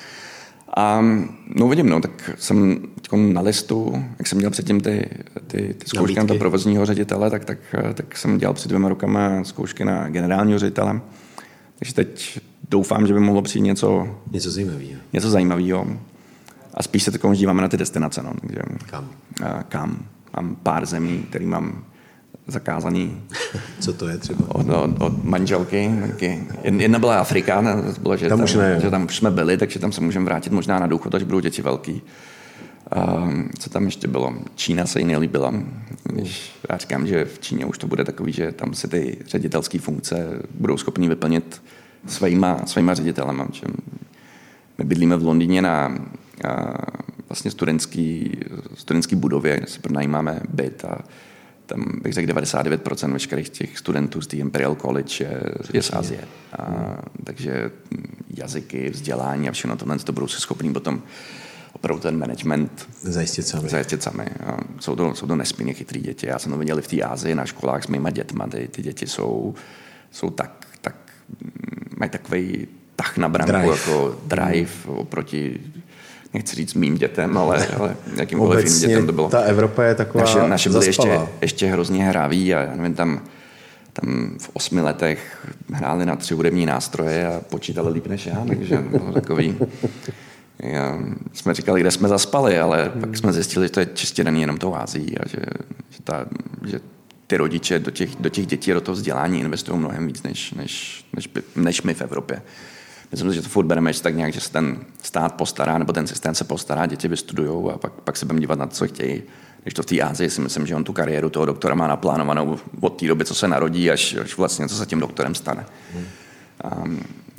A no vidím, no, tak jsem na listu, jak jsem dělal předtím ty, ty, ty zkoušky na to provozního ředitele, tak, tak, tak jsem dělal před dvěma rokama zkoušky na generálního ředitele. Takže teď doufám, že by mohlo přijít něco... Něco zajímavého. Něco zajímavého. A spíš se teď díváme na ty destinace. No, takže, kam? A, kam. Mám pár zemí, který mám zakázaný. Co to je třeba? Od, od, od manželky. Jedna byla Afrika, bylo, že, tam, tam, už ne, že tam už jsme byli, takže tam se můžeme vrátit možná na důchod, až budou děti velký. Um, co tam ještě bylo? Čína se jí nelíbila. Když já říkám, že v Číně už to bude takový, že tam si ty ředitelské funkce budou schopní vyplnit svýma, svýma ředitelema. My bydlíme v Londýně na a, vlastně studentský, studentský budově, kde si pronajímáme byt a tam bych řekl devadesát devět procent veškerých těch studentů z té Imperial College je, je z Asie. A, takže jazyky, vzdělání a všechno tohle to budou si schopní potom opravdu ten management zajistit sami. Zajistit sami. A jsou to, jsou to nesmírně chytrý děti. Já jsem to viděl v té Asii na školách s mýma dětma. Ty, ty děti jsou, jsou tak, tak, mají takovej tah na branku, drive. jako drive oproti, nechci říct mým dětem, ale, ale jakýmkoliv jiným dětem to bylo. Ta Evropa je taková naše, naše byly ještě, ještě hrozně hraví a já nevím, tam, tam v osmi letech hráli na tři hudební nástroje a počítali líp než já, takže bylo takový... Já, jsme říkali, kde jsme zaspali, ale hmm. pak jsme zjistili, že to je čistě daný jenom tou Ázií a že, že, ta, že ty rodiče do těch, do těch dětí a do toho vzdělání investují mnohem víc, než, než, než, než my v Evropě. Myslím si, že to furt bereme tak nějak, že se ten stát postará, nebo ten systém se postará, děti vystudujou a pak, pak se budeme dívat na to, co chtějí. Když to v té Ázii si myslím, že on tu kariéru toho doktora má naplánovanou od té doby, co se narodí, až, až vlastně co se tím doktorem stane. Hmm. Um,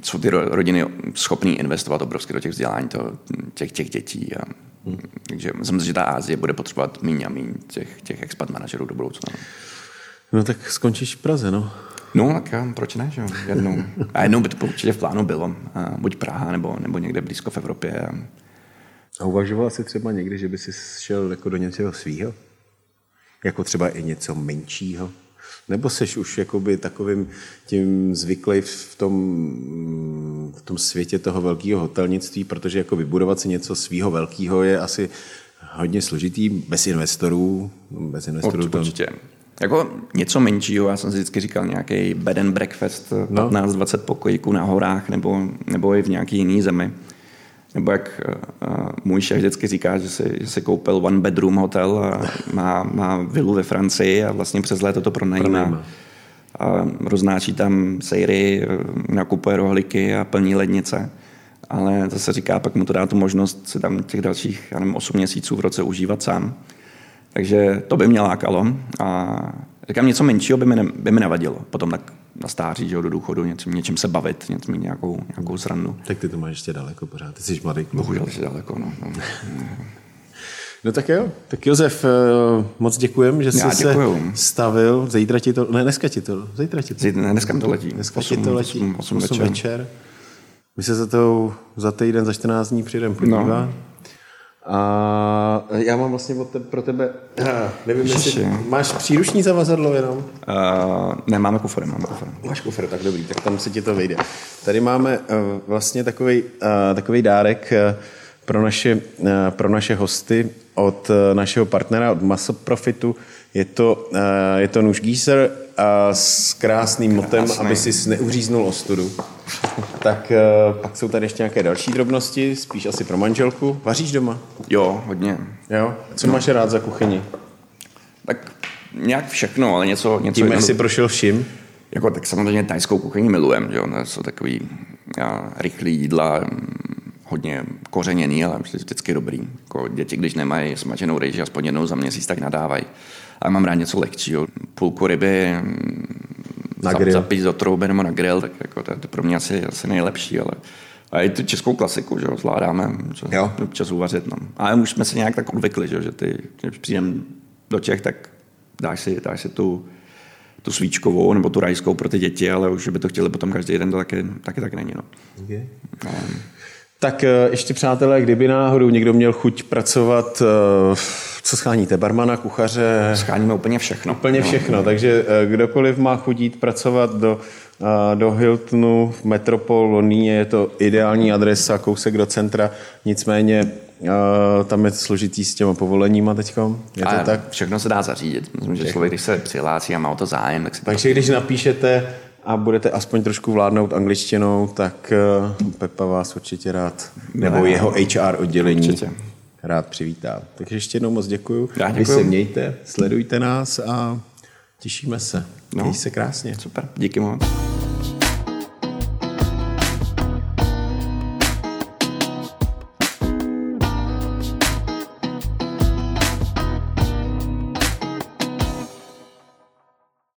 jsou ty rodiny schopné investovat obrovsky do těch vzdělání to, těch, těch dětí. A, hmm. Takže myslím si, že ta Asie bude potřebovat míň a míň těch, těch expat manažerů do budoucna. No tak skončíš v Praze, no. No, tak já, proč ne, že jo, jednou. A jednou by to určitě v plánu bylo. A buď Praha, nebo, nebo někde blízko v Evropě. A, a uvažoval jsi třeba někdy, že by si šel jako do něčeho svýho? Jako třeba i něco menšího? Nebo seš už jakoby takovým tím zvyklý v tom, v tom světě toho velkého hotelnictví, protože jako vybudovat si něco svýho velkého je asi hodně složitý, bez investorů. Bez investorů určitě. To... Jako něco menšího, já jsem si vždycky říkal nějaký bed and breakfast, patnáct dvacet pokojíků na horách, nebo, nebo i v nějaký jiný zemi. Nebo jak uh, můj šéf vždycky říká, že si, že si koupil one bedroom hotel a má, má vilu ve Francii a vlastně přes léto to pronajímá. A roznáší tam sejry, nakupuje rohlíky a plní lednice. Ale zase říká, pak mu to dá tu možnost si tam těch dalších, já nevím, osm měsíců v roce užívat sám. Takže to by mě lákalo. A říkám, něco menšího by mi, ne, by mi nevadilo. Potom tak na stáří, že jo, do důchodu, něčím, něčím se bavit, něco mít nějakou, nějakou srandu. Tak ty to máš ještě daleko pořád, ty jsi mladý kluk. Bohužel ještě daleko, no. no. No tak jo, tak Josef, moc děkujem, že jsi se stavil, zítra ti to, ne, dneska ti to, zítra ti to. Zítra, dneska mi to letí. Dneska ti to letí, osm, osm, osm večer. večer. My se za to za týden, za čtrnáct dní přijdeme podívat. No. A já mám vlastně te, pro tebe, ah, nevím, jestli máš příruční zavazadlo jenom? Uh, ne, máme kufr, máme kufr. Máš kufr, tak dobrý, tak tam se ti to vejde. Tady máme uh, vlastně takový uh, takový dárek uh, pro, naše, uh, pro naše hosty od uh, našeho partnera, od Maso Profitu. Je to, uh, je to nůž gíser uh, s krásným motem, Krásný. aby si neuříznul ostudu. Tak uh, pak jsou tady ještě nějaké další drobnosti, spíš asi pro manželku. Vaříš doma? Jo, hodně. Jo? Co no. máš rád za kuchyni? Tak nějak všechno, ale něco... něco Tím, jak jsi prošel vším? Jako, tak samozřejmě tajskou kuchyni milujem, že jo? To jsou takový já, rychlý jídla, hodně kořeněný, ale vždycky dobrý. Jako děti, když nemají smaženou rejži aspoň jednou za měsíc, tak nadávají. A mám rád něco lehčího. Půlku ryby, na grill. Zapít do trouby nebo na grill, tak jako to je to pro mě asi, asi nejlepší, ale a i tu českou klasiku, že jo, zvládáme občas uvařit. No. Ale už jsme se nějak tak odvykli, že, že ty, když přijdem do Čech, tak dáš si, dáš si tu, tu svíčkovou nebo tu rajskou pro ty děti, ale už by to chtěli potom každý den, to taky, taky tak není. No. Okay. Um. Tak ještě přátelé, kdyby náhodou někdo měl chuť pracovat, co scháníte? Barmana, kuchaře? Scháníme úplně všechno. Úplně všechno, takže kdokoliv má chuť jít pracovat do, do Hiltonu v Metropol Londýně, je to ideální adresa, kousek do centra, nicméně tam je to složitý s těma povoleníma teďkom. Je to a tak? Všechno se dá zařídit. Myslím, že člověk, když se přihlásí a má o to zájem, tak si Takže to... když napíšete a budete aspoň trošku vládnout angličtinou, tak Pepa vás určitě rád, nebo no, jeho H R oddělení určitě rád přivítá. Takže ještě jednou moc děkuju. Já děkuju. Vy se mějte, sledujte nás a těšíme se. No. Měj se krásně. Super, díky moc.